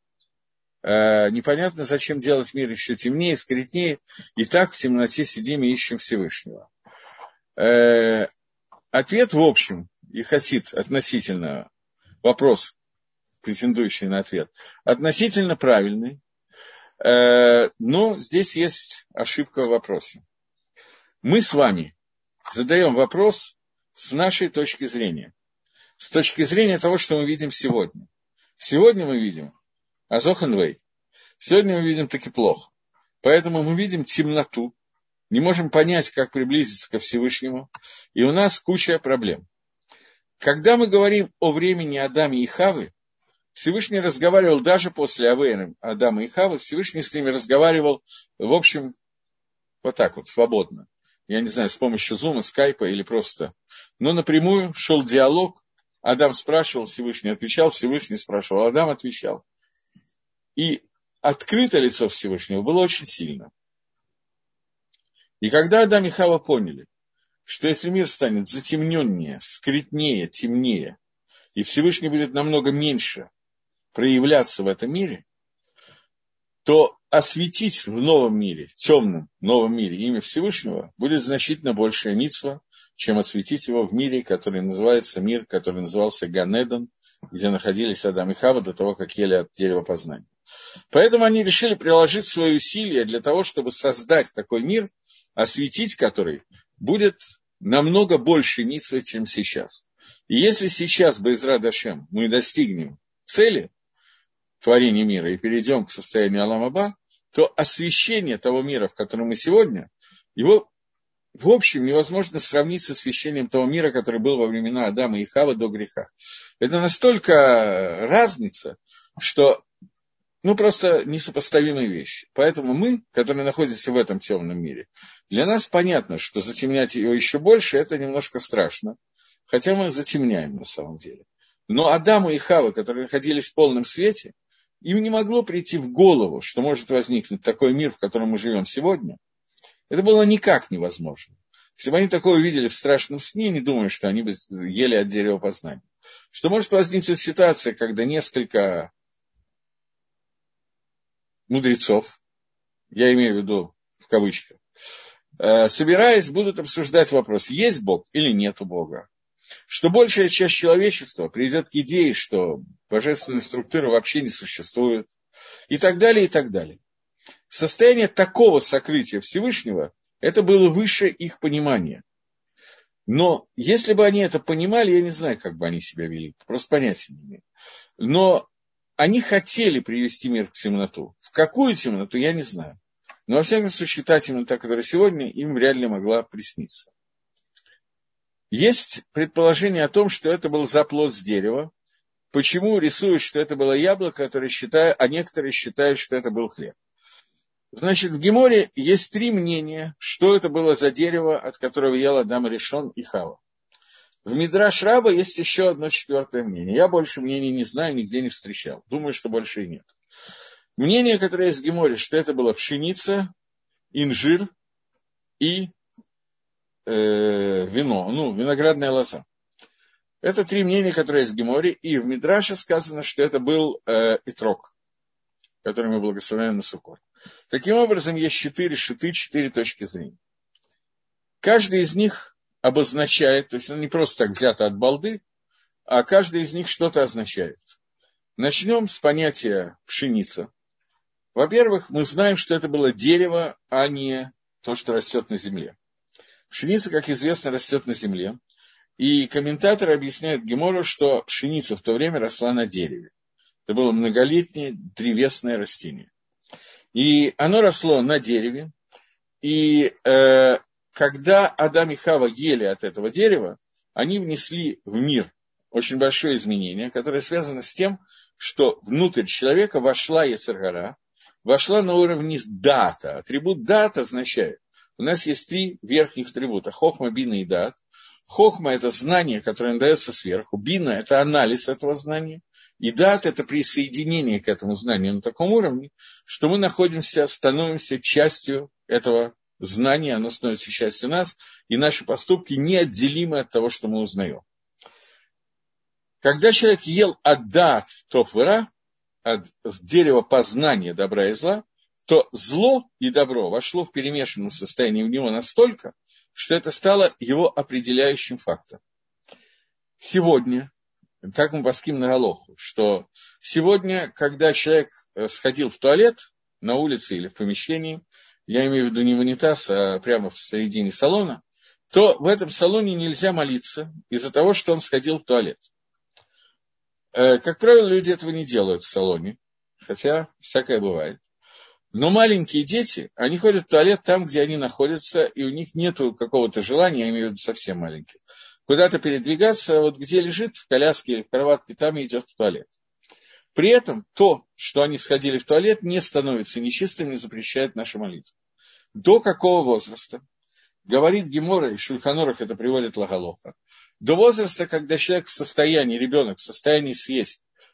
Э, непонятно, зачем делать мир еще темнее, скрытнее, и так в темноте сидим и ищем Всевышнего. Э, ответ, в общем, и хасид относительно, вопрос, претендующий на ответ, относительно правильный, э, но здесь есть ошибка в вопросе. Мы с вами задаем вопрос с нашей точки зрения, с точки зрения того, что мы видим сегодня. Сегодня мы видим Азохенвей. Сегодня мы видим таки плохо. Поэтому мы видим темноту, не можем понять, как приблизиться ко Всевышнему, и у нас куча проблем. Когда мы говорим о времени Адама и Хавы, Всевышний разговаривал даже после Авейры Адама и Хавы, Всевышний с ними разговаривал, в общем, вот так вот, свободно. Я не знаю, с помощью зума, скайпа или просто. Но напрямую шел диалог, Адам спрашивал, Всевышний отвечал, Всевышний спрашивал, Адам отвечал. И открыто лицо Всевышнего было очень сильно. И когда Адам и Хава поняли, что если мир станет затемненнее, скрытнее, темнее, и Всевышний будет намного меньше проявляться в этом мире, то осветить в новом мире, темном новом мире имя Всевышнего будет значительно большая мицва, чем осветить его в мире, который называется мир, который назывался Ганедон, где находились Адам и Хава до того, как ели от дерева познания. Поэтому они решили приложить свои усилия для того, чтобы создать такой мир, осветить который будет намного больше мицвы, чем сейчас. И если сейчас, Бе'эзрат Ашем, мы достигнем цели творения мира и перейдем к состоянию Олам Аба, то освещение того мира, в котором мы сегодня, его в общем невозможно сравнить с освещением того мира, который был во времена Адама и Хавы до греха. Это настолько разница, что ну, просто несопоставимые вещи. Поэтому мы, которые находимся в этом темном мире, для нас понятно, что затемнять его еще больше, это немножко страшно. Хотя мы затемняем на самом деле. Но Адаму и Хаве, которые находились в полном свете, им не могло прийти в голову, что может возникнуть такой мир, в котором мы живем сегодня. Это было никак невозможно. Если бы они такое увидели в страшном сне, не думаю, что они бы ели от дерева познания. Что может возникнуть ситуация, когда несколько мудрецов, я имею в виду в кавычках, собираясь, будут обсуждать вопрос, есть Бог или нет Бога. Что большая часть человечества приведет к идее, что божественной структуры вообще не существует, и так далее, и так далее. Состояние такого сокрытия Всевышнего, это было выше их понимания. Но если бы они это понимали, я не знаю, как бы они себя вели, просто понятия не имею. Но они хотели привести мир к темноту. В какую темноту, я не знаю. Но, во всяком случае, та темнота, которая сегодня, им вряд ли могла присниться. Есть предположение о том, что это был заплот с дерева. Почему рисуют, что это было яблоко, которые считают, а некоторые считают, что это был хлеб. Значит, в Геморе есть три мнения, что это было за дерево, от которого ел Адам Ришон и Хава. В Мидраш Раба есть еще одно четвертое мнение. Я больше мнений не знаю, нигде не встречал. Думаю, что больше и нет. Мнение, которое есть в Геморе, что это была пшеница, инжир и э, вино, ну, виноградная лоза. Это три мнения, которые есть в Геморе. И в Мидраше сказано, что это был э, итрог, который мы благословляем на Суккот. Таким образом, есть четыре шиты, четыре точки зрения. Каждый из них обозначает, то есть он не просто так взято от балды, а каждый из них что-то означает. Начнем с понятия пшеница. Во-первых, мы знаем, что это было дерево, а не то, что растет на земле. Пшеница, как известно, растет на земле. И комментаторы объясняют Гемору, что пшеница в то время росла на дереве. Это было многолетнее древесное растение. И оно росло на дереве. И э, когда Адам и Хава ели от этого дерева, они внесли в мир очень большое изменение, которое связано с тем, что внутрь человека вошла йецер гара, вошла на уровне дата. Атрибут дат означает, у нас есть три верхних атрибута: хохма, бина и дат. Хохма – это знание, которое дается сверху. Бина – это анализ этого знания. И дат – это присоединение к этому знанию на таком уровне, что мы находимся, становимся частью этого знания, оно становится частью нас, и наши поступки неотделимы от того, что мы узнаем. Когда человек ел от дат тов вера, от дерева познания добра и зла, то зло и добро вошло в перемешанном состоянии в него настолько, что это стало его определяющим фактом. Сегодня, так мы паским на галоху, что сегодня, когда человек сходил в туалет на улице или в помещении, я имею в виду не в унитаз, а прямо в середине салона, то в этом салоне нельзя молиться из-за того, что он сходил в туалет. Как правило, люди этого не делают в салоне, хотя всякое бывает. Но маленькие дети, они ходят в туалет там, где они находятся, и у них нет какого-то желания, я имею в виду совсем маленьких, куда-то передвигаться, вот где лежит в коляске или в кроватке, там и идет в туалет. При этом то, что они сходили в туалет, не становится нечистым, не запрещает нашу молитву. До какого возраста? Говорит Гемора, и Шульхан Арух это приводит Лагалоха. До возраста, когда человек в состоянии, ребенок в состоянии съесть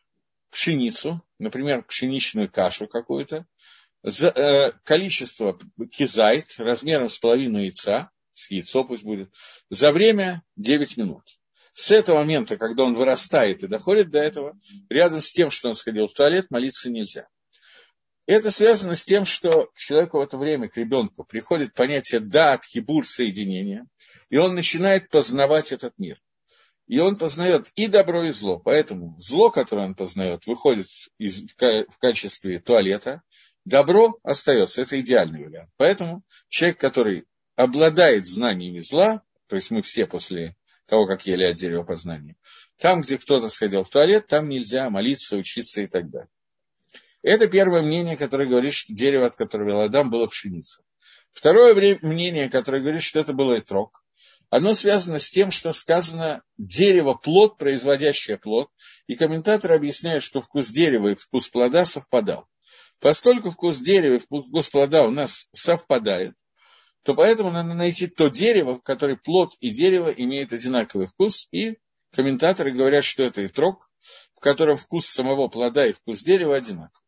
пшеницу, например, пшеничную кашу какую-то, за, э, количество кизайт размером с половину яйца, с яйцо пусть будет, за время девять минут. С этого момента, когда он вырастает и доходит до этого, рядом с тем, что он сходил в туалет, молиться нельзя. Это связано с тем, что человеку в это время, к ребенку, приходит понятие даат, хибур, соединения, и он начинает познавать этот мир. И он познает и добро, и зло. Поэтому зло, которое он познает, выходит из, в качестве туалета, добро остается. Это идеальный вариант. Поэтому человек, который обладает знаниями зла, то есть мы все после того, как ели от дерева познания, там, где кто-то сходил в туалет, там нельзя молиться, учиться и так далее. Это первое мнение, которое говорит, что дерево, от которого ел Адам, было пшеница. Второе мнение, которое говорит, что это было этрог, оно связано с тем, что сказано дерево, плод, производящее плод, и комментаторы объясняют, что вкус дерева и вкус плода совпадал. Поскольку вкус дерева и вкус плода у нас совпадает, то поэтому надо найти то дерево, в котором плод и дерево имеют одинаковый вкус, и комментаторы говорят, что это этрог, в котором вкус самого плода и вкус дерева одинаковый.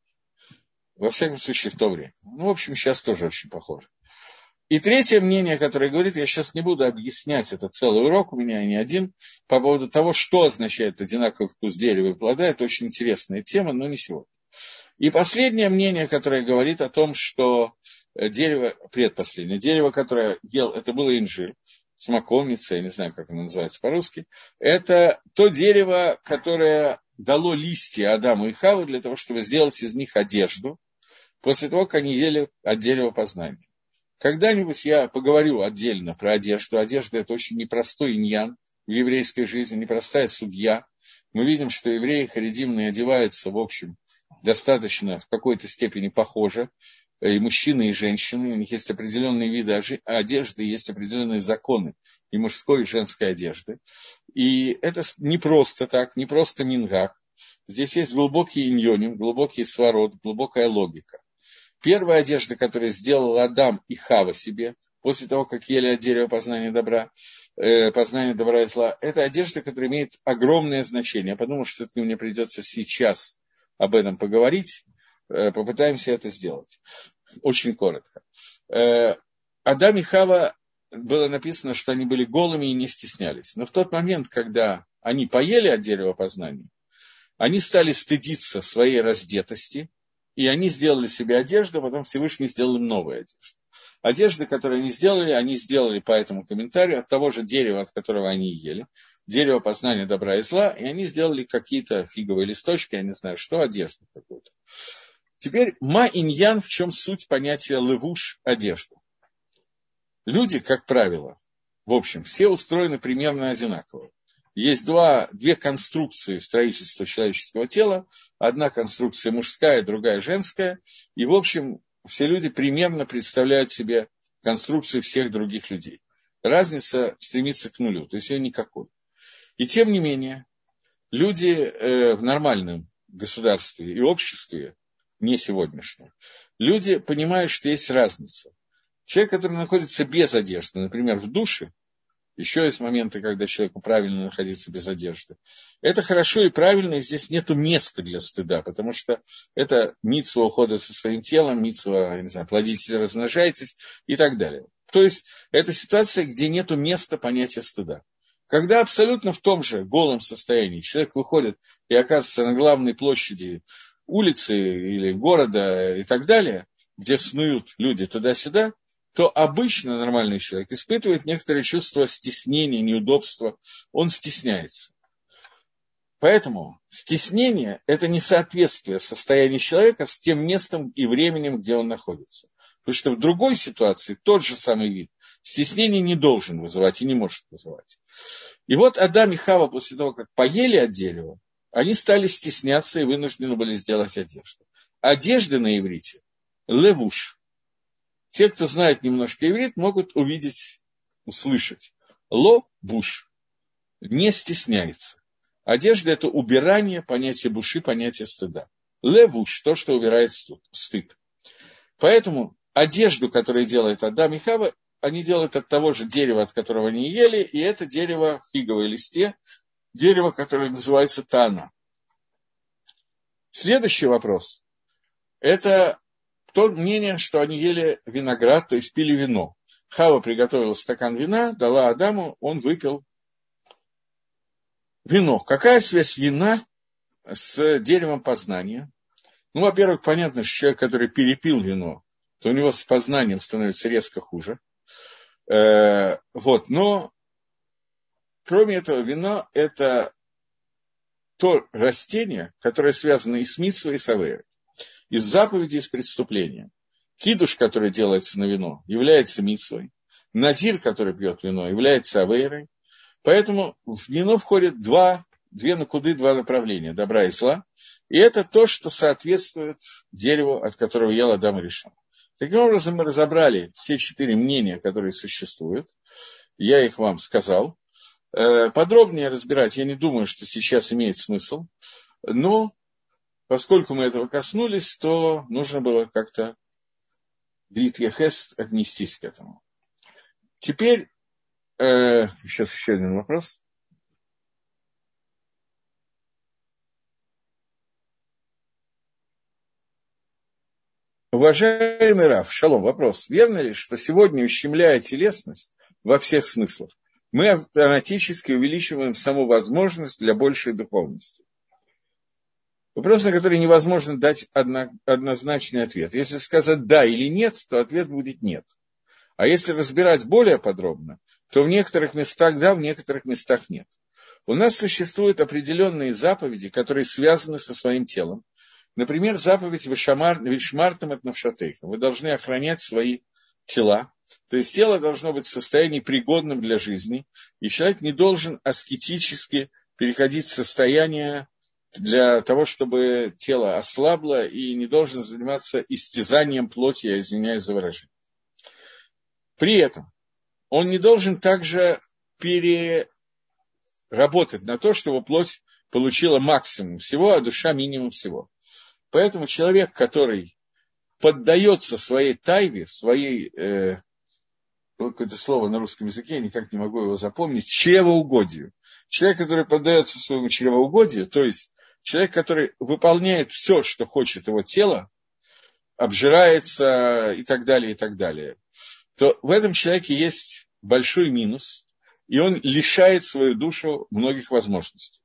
Во всяком случае, в то время. Ну, в общем, сейчас тоже очень похоже. И третье мнение, которое говорит, я сейчас не буду объяснять, это целый урок, у меня и не один, по поводу того, что означает одинаковый вкус дерева и плода, это очень интересная тема, но не сегодня. И последнее мнение, которое говорит о том, что дерево, предпоследнее, дерево, которое ел, это было инжир, смоковница, я не знаю, как оно называется по-русски, это то дерево, которое дало листья Адаму и Хаве для того, чтобы сделать из них одежду, после того, как они ели от дерева познания. Когда-нибудь я поговорю отдельно про одежду. Одежда – это очень непростой иньян в еврейской жизни, непростая судья. Мы видим, что евреи харидимные одеваются, в общем, достаточно в какой-то степени похоже. И мужчины, и женщины. У них есть определенные виды одежды, есть определенные законы и мужской, и женской одежды. И это не просто так, не просто мингак. Здесь есть глубокий иньоним, глубокий сварот, глубокая логика. Первая одежда, которую сделал Адам и Хава себе, после того, как ели от дерева познания добра, э, познания добра и зла, это одежда, которая имеет огромное значение. Я подумал, что это мне придется сейчас об этом поговорить. Э, попытаемся это сделать. Очень коротко. Э, Адам и Хава, было написано, что они были голыми и не стеснялись. Но в тот момент, когда они поели от дерева познания, они стали стыдиться своей раздетости, и они сделали себе одежду, а потом Всевышний сделал им новую одежду. Одежды, которые они сделали, они сделали по этому комментарию от того же дерева, от которого они ели. Дерево познания добра и зла, и они сделали какие-то фиговые листочки, я не знаю что, одежду какую-то. Теперь ма-иньян, в чем суть понятия левуш, одежда. Люди, как правило, в общем, все устроены примерно одинаково. Есть два, две конструкции строительства человеческого тела. Одна конструкция мужская, другая женская. И, в общем, все люди примерно представляют себе конструкцию всех других людей. Разница стремится к нулю, то есть ее никакой. И тем не менее, люди э, в нормальном государстве и обществе, не сегодняшнем, люди понимают, что есть разница. Человек, который находится без одежды, например, в душе, еще есть моменты, когда человеку правильно находиться без одежды. Это хорошо и правильно, и здесь нет места для стыда, потому что это мицва ухода со своим телом, мицва, я не знаю, плодитесь, размножайтесь и так далее. То есть это ситуация, где нет места понятия стыда. Когда абсолютно в том же голом состоянии человек выходит и оказывается на главной площади улицы или города и так далее, где снуют люди туда-сюда, то обычно нормальный человек испытывает некоторые чувства стеснения, неудобства, он стесняется. Поэтому стеснение – это несоответствие состояния человека с тем местом и временем, где он находится. Потому что в другой ситуации тот же самый вид стеснение не должен вызывать и не может вызывать. И вот Адам и Хава после того, как поели от дерева, они стали стесняться и вынуждены были сделать одежду. Одежды на иврите – левуш. Те, кто знает немножко иврит, могут увидеть, услышать. Ло-буш. Не стесняется. Одежда – это убирание понятия буши, понятия стыда. Левуш – то, что убирает стыд. Поэтому одежду, которую делает Адам и Хава, они делают от того же дерева, от которого они ели, и это дерево в фиговой листе, дерево, которое называется тана. Следующий вопрос. Это то мнение, что они ели виноград, то есть пили вино. Хава приготовила стакан вина, дала Адаму, он выпил вино. Какая связь вина с деревом познания? Ну, во-первых, понятно, что человек, который перепил вино, то у него с познанием становится резко хуже. Э, вот, но, кроме этого, вино – это то растение, которое связано и с мицвой, и с авейрой, и с заповедью, и с преступлением. Кидуш, который делается на вино, является мицвой. Назир, который пьет вино, является авейрой. Поэтому в вино входят два, две накуды, два направления – добра и зла. И это то, что соответствует дереву, от которого ел Адам Ришон. Таким образом, мы разобрали все четыре мнения, которые существуют. Я их вам сказал. Подробнее разбирать я не думаю, что сейчас имеет смысл. Но поскольку мы этого коснулись, то нужно было как-то Литвехест отнестись к этому. Теперь, э, сейчас еще один вопрос. Уважаемый Рав, шалом, вопрос. Верно ли, что сегодня, ущемляя телесность во всех смыслах, мы автоматически увеличиваем саму возможность для большей духовности? Вопрос, на который невозможно дать одно, однозначный ответ. Если сказать «да» или «нет», то ответ будет «нет». А если разбирать более подробно, то в некоторых местах «да», в некоторых местах «нет». У нас существуют определенные заповеди, которые связаны со своим телом. Например, заповедь «Вишмартам эт навшатейхам». Вы должны охранять свои тела. То есть тело должно быть в состоянии пригодным для жизни, и человек не должен аскетически переходить в состояние для того, чтобы тело ослабло, и не должен заниматься истязанием плоти, я извиняюсь за выражение. При этом он не должен также переработать на то, чтобы плоть получила максимум всего, а душа минимум всего. Поэтому человек, который поддается своей тайве, своей, э, какое-то слово на русском языке, я никак не могу его запомнить, чревоугодию. Человек, который поддается своему чревоугодию, то есть человек, который выполняет все, что хочет его тело, обжирается и так далее, и так далее, то в этом человеке есть большой минус, и он лишает свою душу многих возможностей.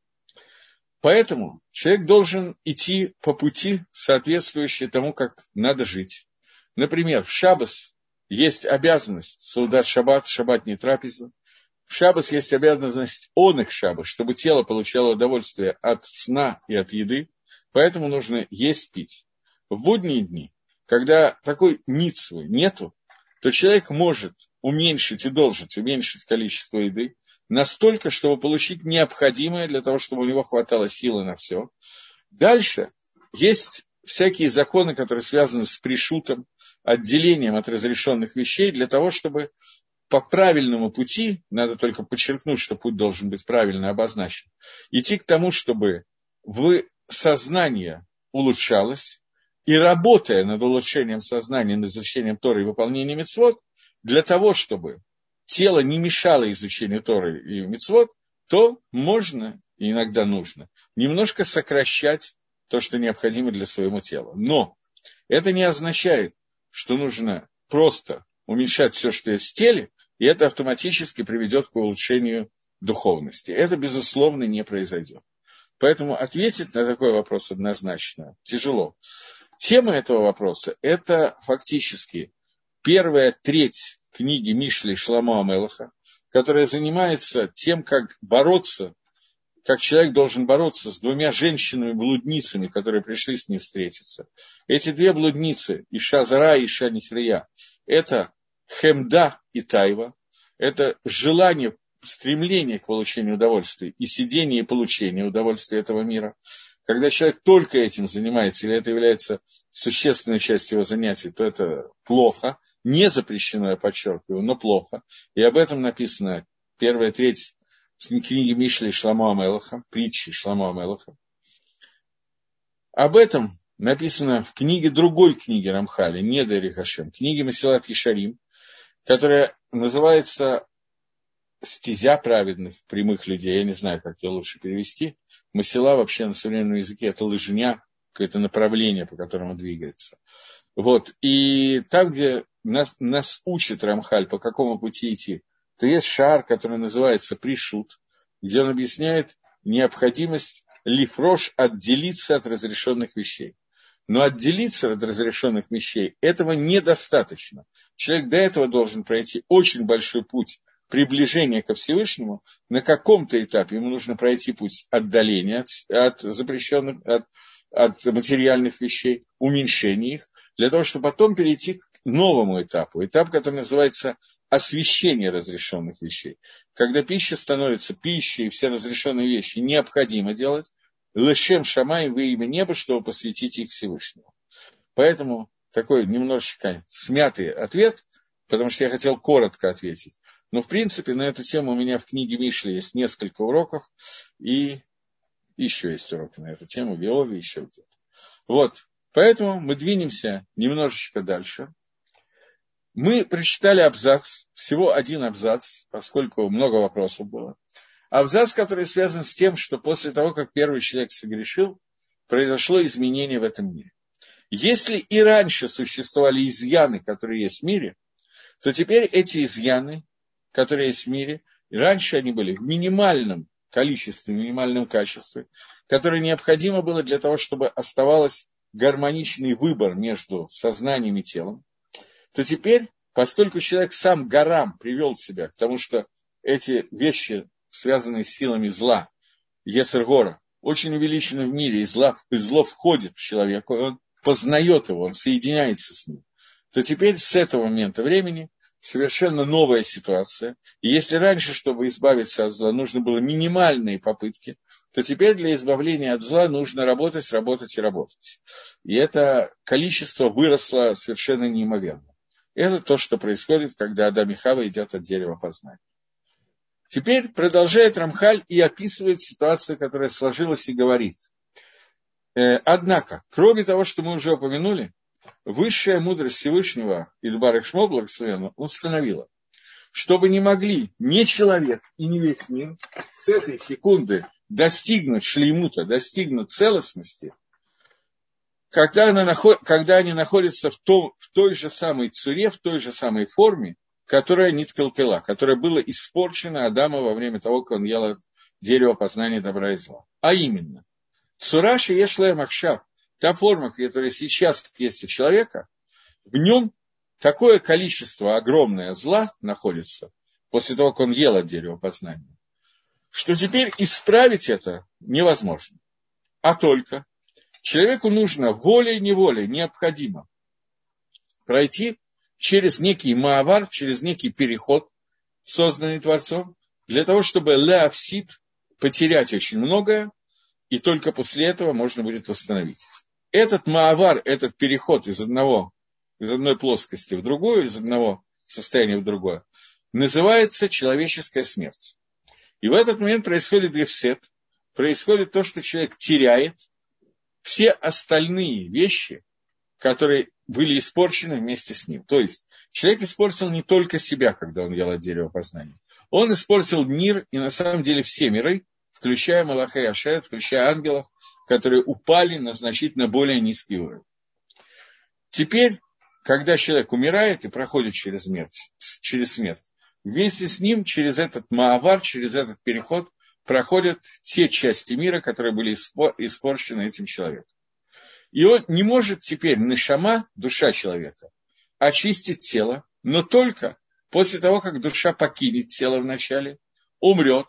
Поэтому человек должен идти по пути, соответствующей тому, как надо жить. Например, в шаббас есть обязанность соудат шаббат, шаббат не трапеза. В шаббас есть обязанность оных шаббас, чтобы тело получало удовольствие от сна и от еды. Поэтому нужно есть, пить. В будние дни, когда такой мицвы нету, то человек может уменьшить и должен уменьшить количество еды настолько, чтобы получить необходимое для того, чтобы у него хватало силы на все. Дальше есть всякие законы, которые связаны с пришутом, отделением от разрешенных вещей, для того, чтобы по правильному пути, надо только подчеркнуть, что путь должен быть правильно обозначен, идти к тому, чтобы вы, сознание улучшалось, и работая над улучшением сознания, над изучением Торы и выполнением мицвот, для того, чтобы тело не мешало изучению Торы и мицвот, то можно, и иногда нужно, немножко сокращать то, что необходимо для своего тела. Но это не означает, что нужно просто уменьшать все, что есть в теле, и это автоматически приведет к улучшению духовности. Это, безусловно, не произойдет. Поэтому ответить на такой вопрос однозначно тяжело. Тема этого вопроса – это фактически первая треть книги Мишли Шломо ха-Мелеха, которая занимается тем, как бороться, как человек должен бороться с двумя женщинами-блудницами, которые пришли с ним встретиться. Эти две блудницы, Иша Зара и Иша Нихрия, это хемда и тайва, это желание, стремление к получению удовольствия и сидение и получение удовольствия этого мира. Когда человек только этим занимается, или это является существенной частью его занятий, то это плохо, не запрещено, я подчеркиваю, но плохо. И об этом написано первая треть книги Мишли Шломо ха-Мелеха, притчи Шломо ха-Мелеха. Об этом написано в книге, другой книге Рамхаля, Недер Хашем, книге Месилат Ешарим, которая называется «Стезя праведных, прямых людей». Я не знаю, как ее лучше перевести. Месила вообще на современном языке – это лыжня, какое-то направление, по которому двигается. Вот. И там, где нас, нас учит Рамхаль, по какому пути идти, то есть шар, который называется Пришут, где он объясняет необходимость лифрош отделиться от разрешенных вещей. Но отделиться от разрешенных вещей этого недостаточно. Человек до этого должен пройти очень большой путь приближения ко Всевышнему. На каком-то этапе ему нужно пройти путь отдаления от, от запрещенных, от, от материальных вещей, уменьшения их, для того, чтобы потом перейти к новому этапу. Этап, который называется освящение разрешенных вещей. Когда пища становится пищей, и все разрешенные вещи необходимо делать, лешем шамай во имя неба, чтобы посвятить их Всевышнему. Поэтому такой немножечко смятый ответ, потому что я хотел коротко ответить. Но, в принципе, на эту тему у меня в книге Мишли есть несколько уроков, и еще есть уроки на эту тему, в Иове, еще где-то. Вот, поэтому мы двинемся немножечко дальше. Мы прочитали абзац, всего один абзац, поскольку много вопросов было. Абзац, который связан с тем, что после того, как первый человек согрешил, произошло изменение в этом мире. Если и раньше существовали изъяны, которые есть в мире, то теперь эти изъяны, которые есть в мире, раньше они были в минимальном количестве, в минимальном качестве, которое необходимо было для того, чтобы оставался гармоничный выбор между сознанием и телом, то теперь, поскольку человек сам горам привел себя к тому, что эти вещи, связанные с силами зла, Йецер гара, очень увеличены в мире, и, зла, и зло входит в человека, он познает его, он соединяется с ним, то теперь с этого момента времени совершенно новая ситуация. И если раньше, чтобы избавиться от зла, нужно было минимальные попытки, то теперь для избавления от зла нужно работать, работать и работать. И это количество выросло совершенно неимоверно. Это то, что происходит, когда Адам и Хава едят от дерева познания. Теперь продолжает Рамхаль и описывает ситуацию, которая сложилась, и говорит. Однако, кроме того, что мы уже упомянули, высшая мудрость Всевышнего, Идбарах Шмо благословенно, установила, чтобы не могли ни человек и ни весь мир с этой секунды достигнуть шлеймута, достигнуть целостности, когда, она наход... когда они находятся в, том... в той же самой цуре, в той же самой форме, которая ниткалкала, которая была испорчена Адама во время того, как он ел дерево познания добра и зла. А именно, цура шеешлая махшав, та форма, которая сейчас есть у человека, в нем такое количество огромное зла находится, после того, как он ел от дерева познания, что теперь исправить это невозможно. А только человеку нужно волей-неволей, необходимо пройти через некий маавар, через некий переход, созданный Творцом, для того, чтобы леавсид, потерять очень многое, и только после этого можно будет восстановить. Этот маавар, этот переход из одного, из одной плоскости в другую, из одного состояния в другое, называется человеческая смерть. И в этот момент происходит гефсет, происходит то, что человек теряет все остальные вещи, которые были испорчены вместе с ним. То есть человек испортил не только себя, когда он ел от дерева познания. Он испортил мир и на самом деле все миры, включая Малаха и Ашер, включая ангелов, которые упали на значительно более низкий уровень. Теперь, когда человек умирает и проходит через смерть, через смерть, вместе с ним через этот маавар, через этот переход проходят те части мира, которые были испорчены этим человеком. И он не может теперь нешама, душа человека, очистить тело, но только после того, как душа покинет тело вначале, умрет,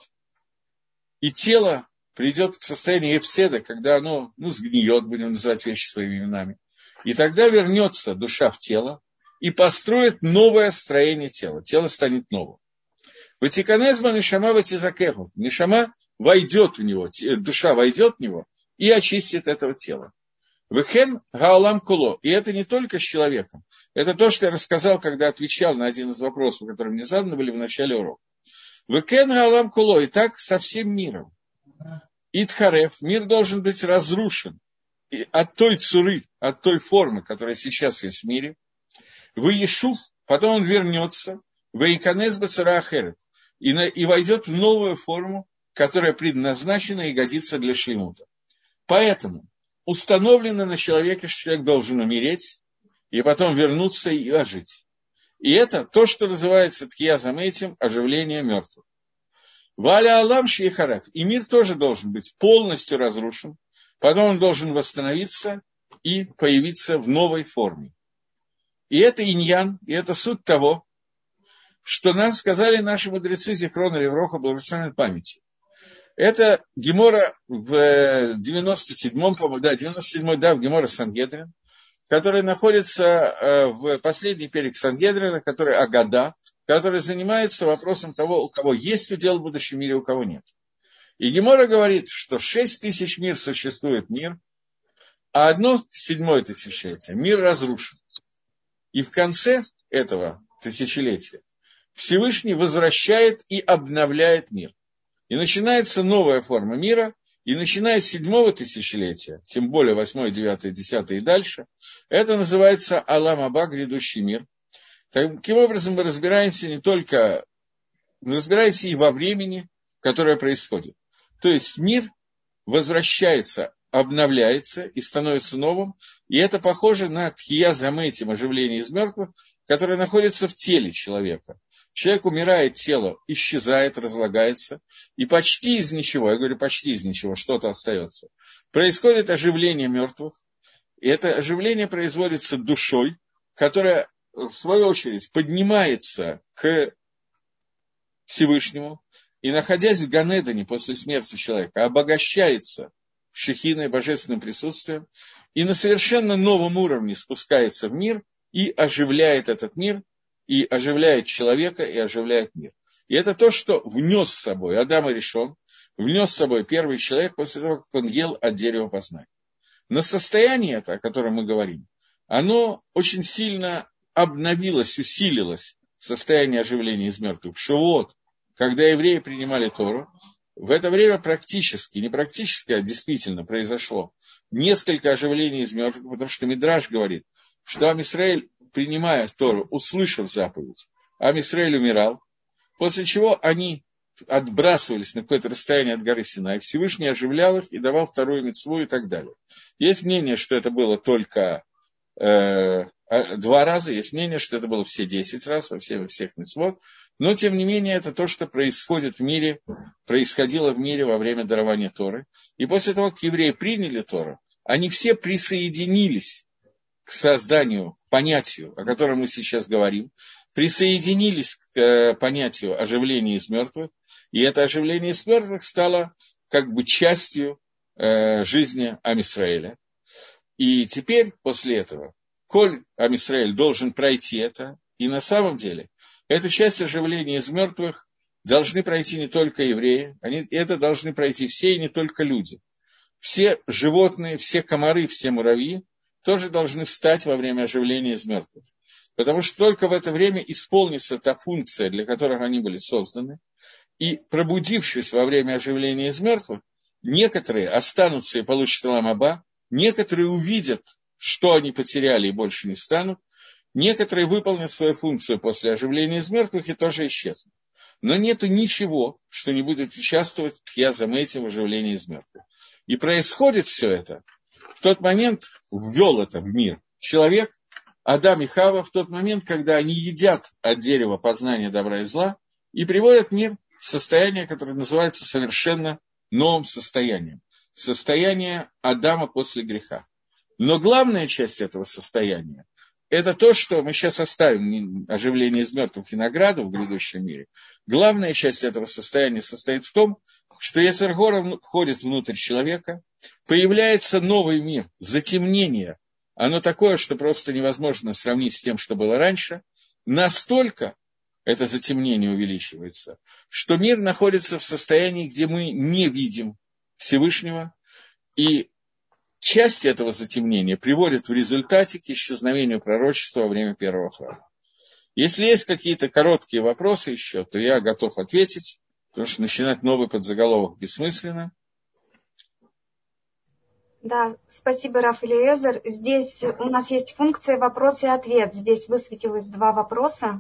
и тело придет к состоянию эпседа, когда оно ну, сгниет, будем называть вещи своими именами. И тогда вернется душа в тело и построит новое строение тела. Тело станет новым. Ватиканезма нешама ватизакеху. Нешама войдет в него, душа войдет в него и очистит этого тела. Вехен гаолам куло. И это не только с человеком. Это то, что я рассказал, когда отвечал на один из вопросов, которые мне заданы были в начале урока. Векен гаолам куло. И так со всем миром. Итхарев. Мир должен быть разрушен. И от той цуры, от той формы, которая сейчас есть в мире. Веешув. Потом он вернется. Вейканез бацура ахерет. И, и войдет в новую форму, которая предназначена и годится для шлемута. Поэтому установлено на человеке, что человек должен умереть, и потом вернуться и ожить. И это то, что называется ткия заметим, оживление мертвых. Валя Алам Шейхарат. И мир тоже должен быть полностью разрушен, потом он должен восстановиться и появиться в новой форме. И это иньян, и это суть того, что нам сказали наши мудрецы Зихрона Левроха благословенной памяти. Это Гемора в девяносто седьмом, по-моему, да, девяносто седьмой дав Гемора Сангедрин, который находится в последний перек Сангедрина, который Агада, который занимается вопросом того, у кого есть удел в будущем мире, у кого нет. И Гемора говорит, что шесть тысяч мир существует мир, а одно седьмое тысячелетие мир разрушен. И в конце этого тысячелетия Всевышний возвращает и обновляет мир. И начинается новая форма мира, и начиная с седьмого тысячелетия, тем более восьмое, девятое, десятое и дальше, это называется Алам Аба, грядущий мир. Таким образом, мы разбираемся не только, мы разбираемся и во времени, которое происходит. То есть мир возвращается, обновляется и становится новым, и это похоже на тхия заметим, оживление из мертвых, которое находится в теле человека. Человек умирает, тело исчезает, разлагается, и почти из ничего, я говорю почти из ничего, что-то остается. Происходит оживление мертвых, и это оживление производится душой, которая, в свою очередь, поднимается к Всевышнему, и, находясь в Ганедане после смерти человека, обогащается шехиной, божественным присутствием, и на совершенно новом уровне спускается в мир и оживляет этот мир, и оживляет человека, и оживляет мир. И это то, что внес с собой Адам Аришон, внес с собой первый человек после того, как он ел от дерева познания. Но состояние это, о котором мы говорим, оно очень сильно обновилось, усилилось, состояние оживления из мертвых. В Шавуот, когда евреи принимали Тору, в это время практически, не практически, а действительно произошло несколько оживлений из мертвых, потому что Мидраш говорит, что Ам Исраэль, принимая Тору, услышав заповедь, Ам Исраэль умирал, после чего они отбрасывались на какое-то расстояние от горы Синай, Всевышний оживлял их и давал вторую мицву и так далее. Есть мнение, что это было только э, два раза, есть мнение, что это было все десять раз во всех, во всех мицвот, но тем не менее это то, что происходит в мире, происходило в мире во время дарования Торы. И после того, как евреи приняли Тору, они все присоединились к созданию, к понятию, о котором мы сейчас говорим, присоединились к понятию оживления из мертвых, и это оживление из мертвых стало как бы частью э, жизни Ам Исраэля. И теперь, после этого, коль Ам Исраэль должен пройти это, и на самом деле, эту часть оживления из мертвых должны пройти не только евреи, они, это должны пройти все, и не только люди. Все животные, все комары, все муравьи тоже должны встать во время оживления из мертвых. Потому что только в это время исполнится та функция, для которой они были созданы. И пробудившись во время оживления из мертвых, некоторые останутся и получат Олам Аба, некоторые увидят, что они потеряли и больше не станут, некоторые выполнят свою функцию после оживления из мертвых и тоже исчезнут. Но нету ничего, что не будет участвовать в язамете в оживлении из мертвых. И происходит все это. В тот момент ввел это в мир человек, Адам и Хава, в тот момент, когда они едят от дерева познания добра и зла и приводят мир в состояние, которое называется совершенно новым состоянием. Состояние Адама после греха. Но главная часть этого состояния – это то, что мы сейчас оставим оживление из мертвых и награду в грядущем мире. Главная часть этого состояния состоит в том, что Йецер Гора входит внутрь человека, появляется новый мир, затемнение. Оно такое, что просто невозможно сравнить с тем, что было раньше. Настолько это затемнение увеличивается, что мир находится в состоянии, где мы не видим Всевышнего, и часть этого затемнения приводит в результате к исчезновению пророчества во время первого храма. Если есть какие-то короткие вопросы еще, то я готов ответить, потому что начинать новый подзаголовок бессмысленно. Да, спасибо, Раф Элиэзер. Здесь у нас есть функция вопрос и ответ. Здесь высветилось два вопроса.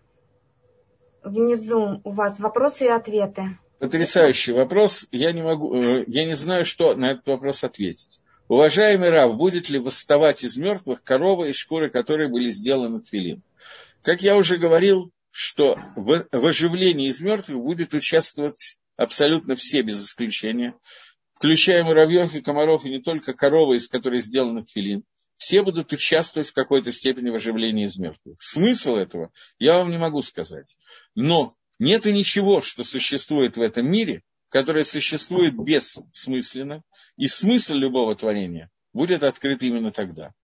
Внизу у вас вопросы и ответы. Потрясающий вопрос. Я не могу, я не знаю, что на этот вопрос ответить. Уважаемый Рав, будет ли восставать из мертвых корова, из шкуры которой были сделаны тфилин? Как я уже говорил, что в, в оживлении из мертвых будет участвовать абсолютно все без исключения, включая муравьев и комаров, и не только коровы, из которой сделан тфилин. Все будут участвовать в какой-то степени в оживлении из мертвых. Смысл этого я вам не могу сказать. Но нет ничего, что существует в этом мире, которое существует бессмысленно, и смысл любого творения будет открыт именно тогда.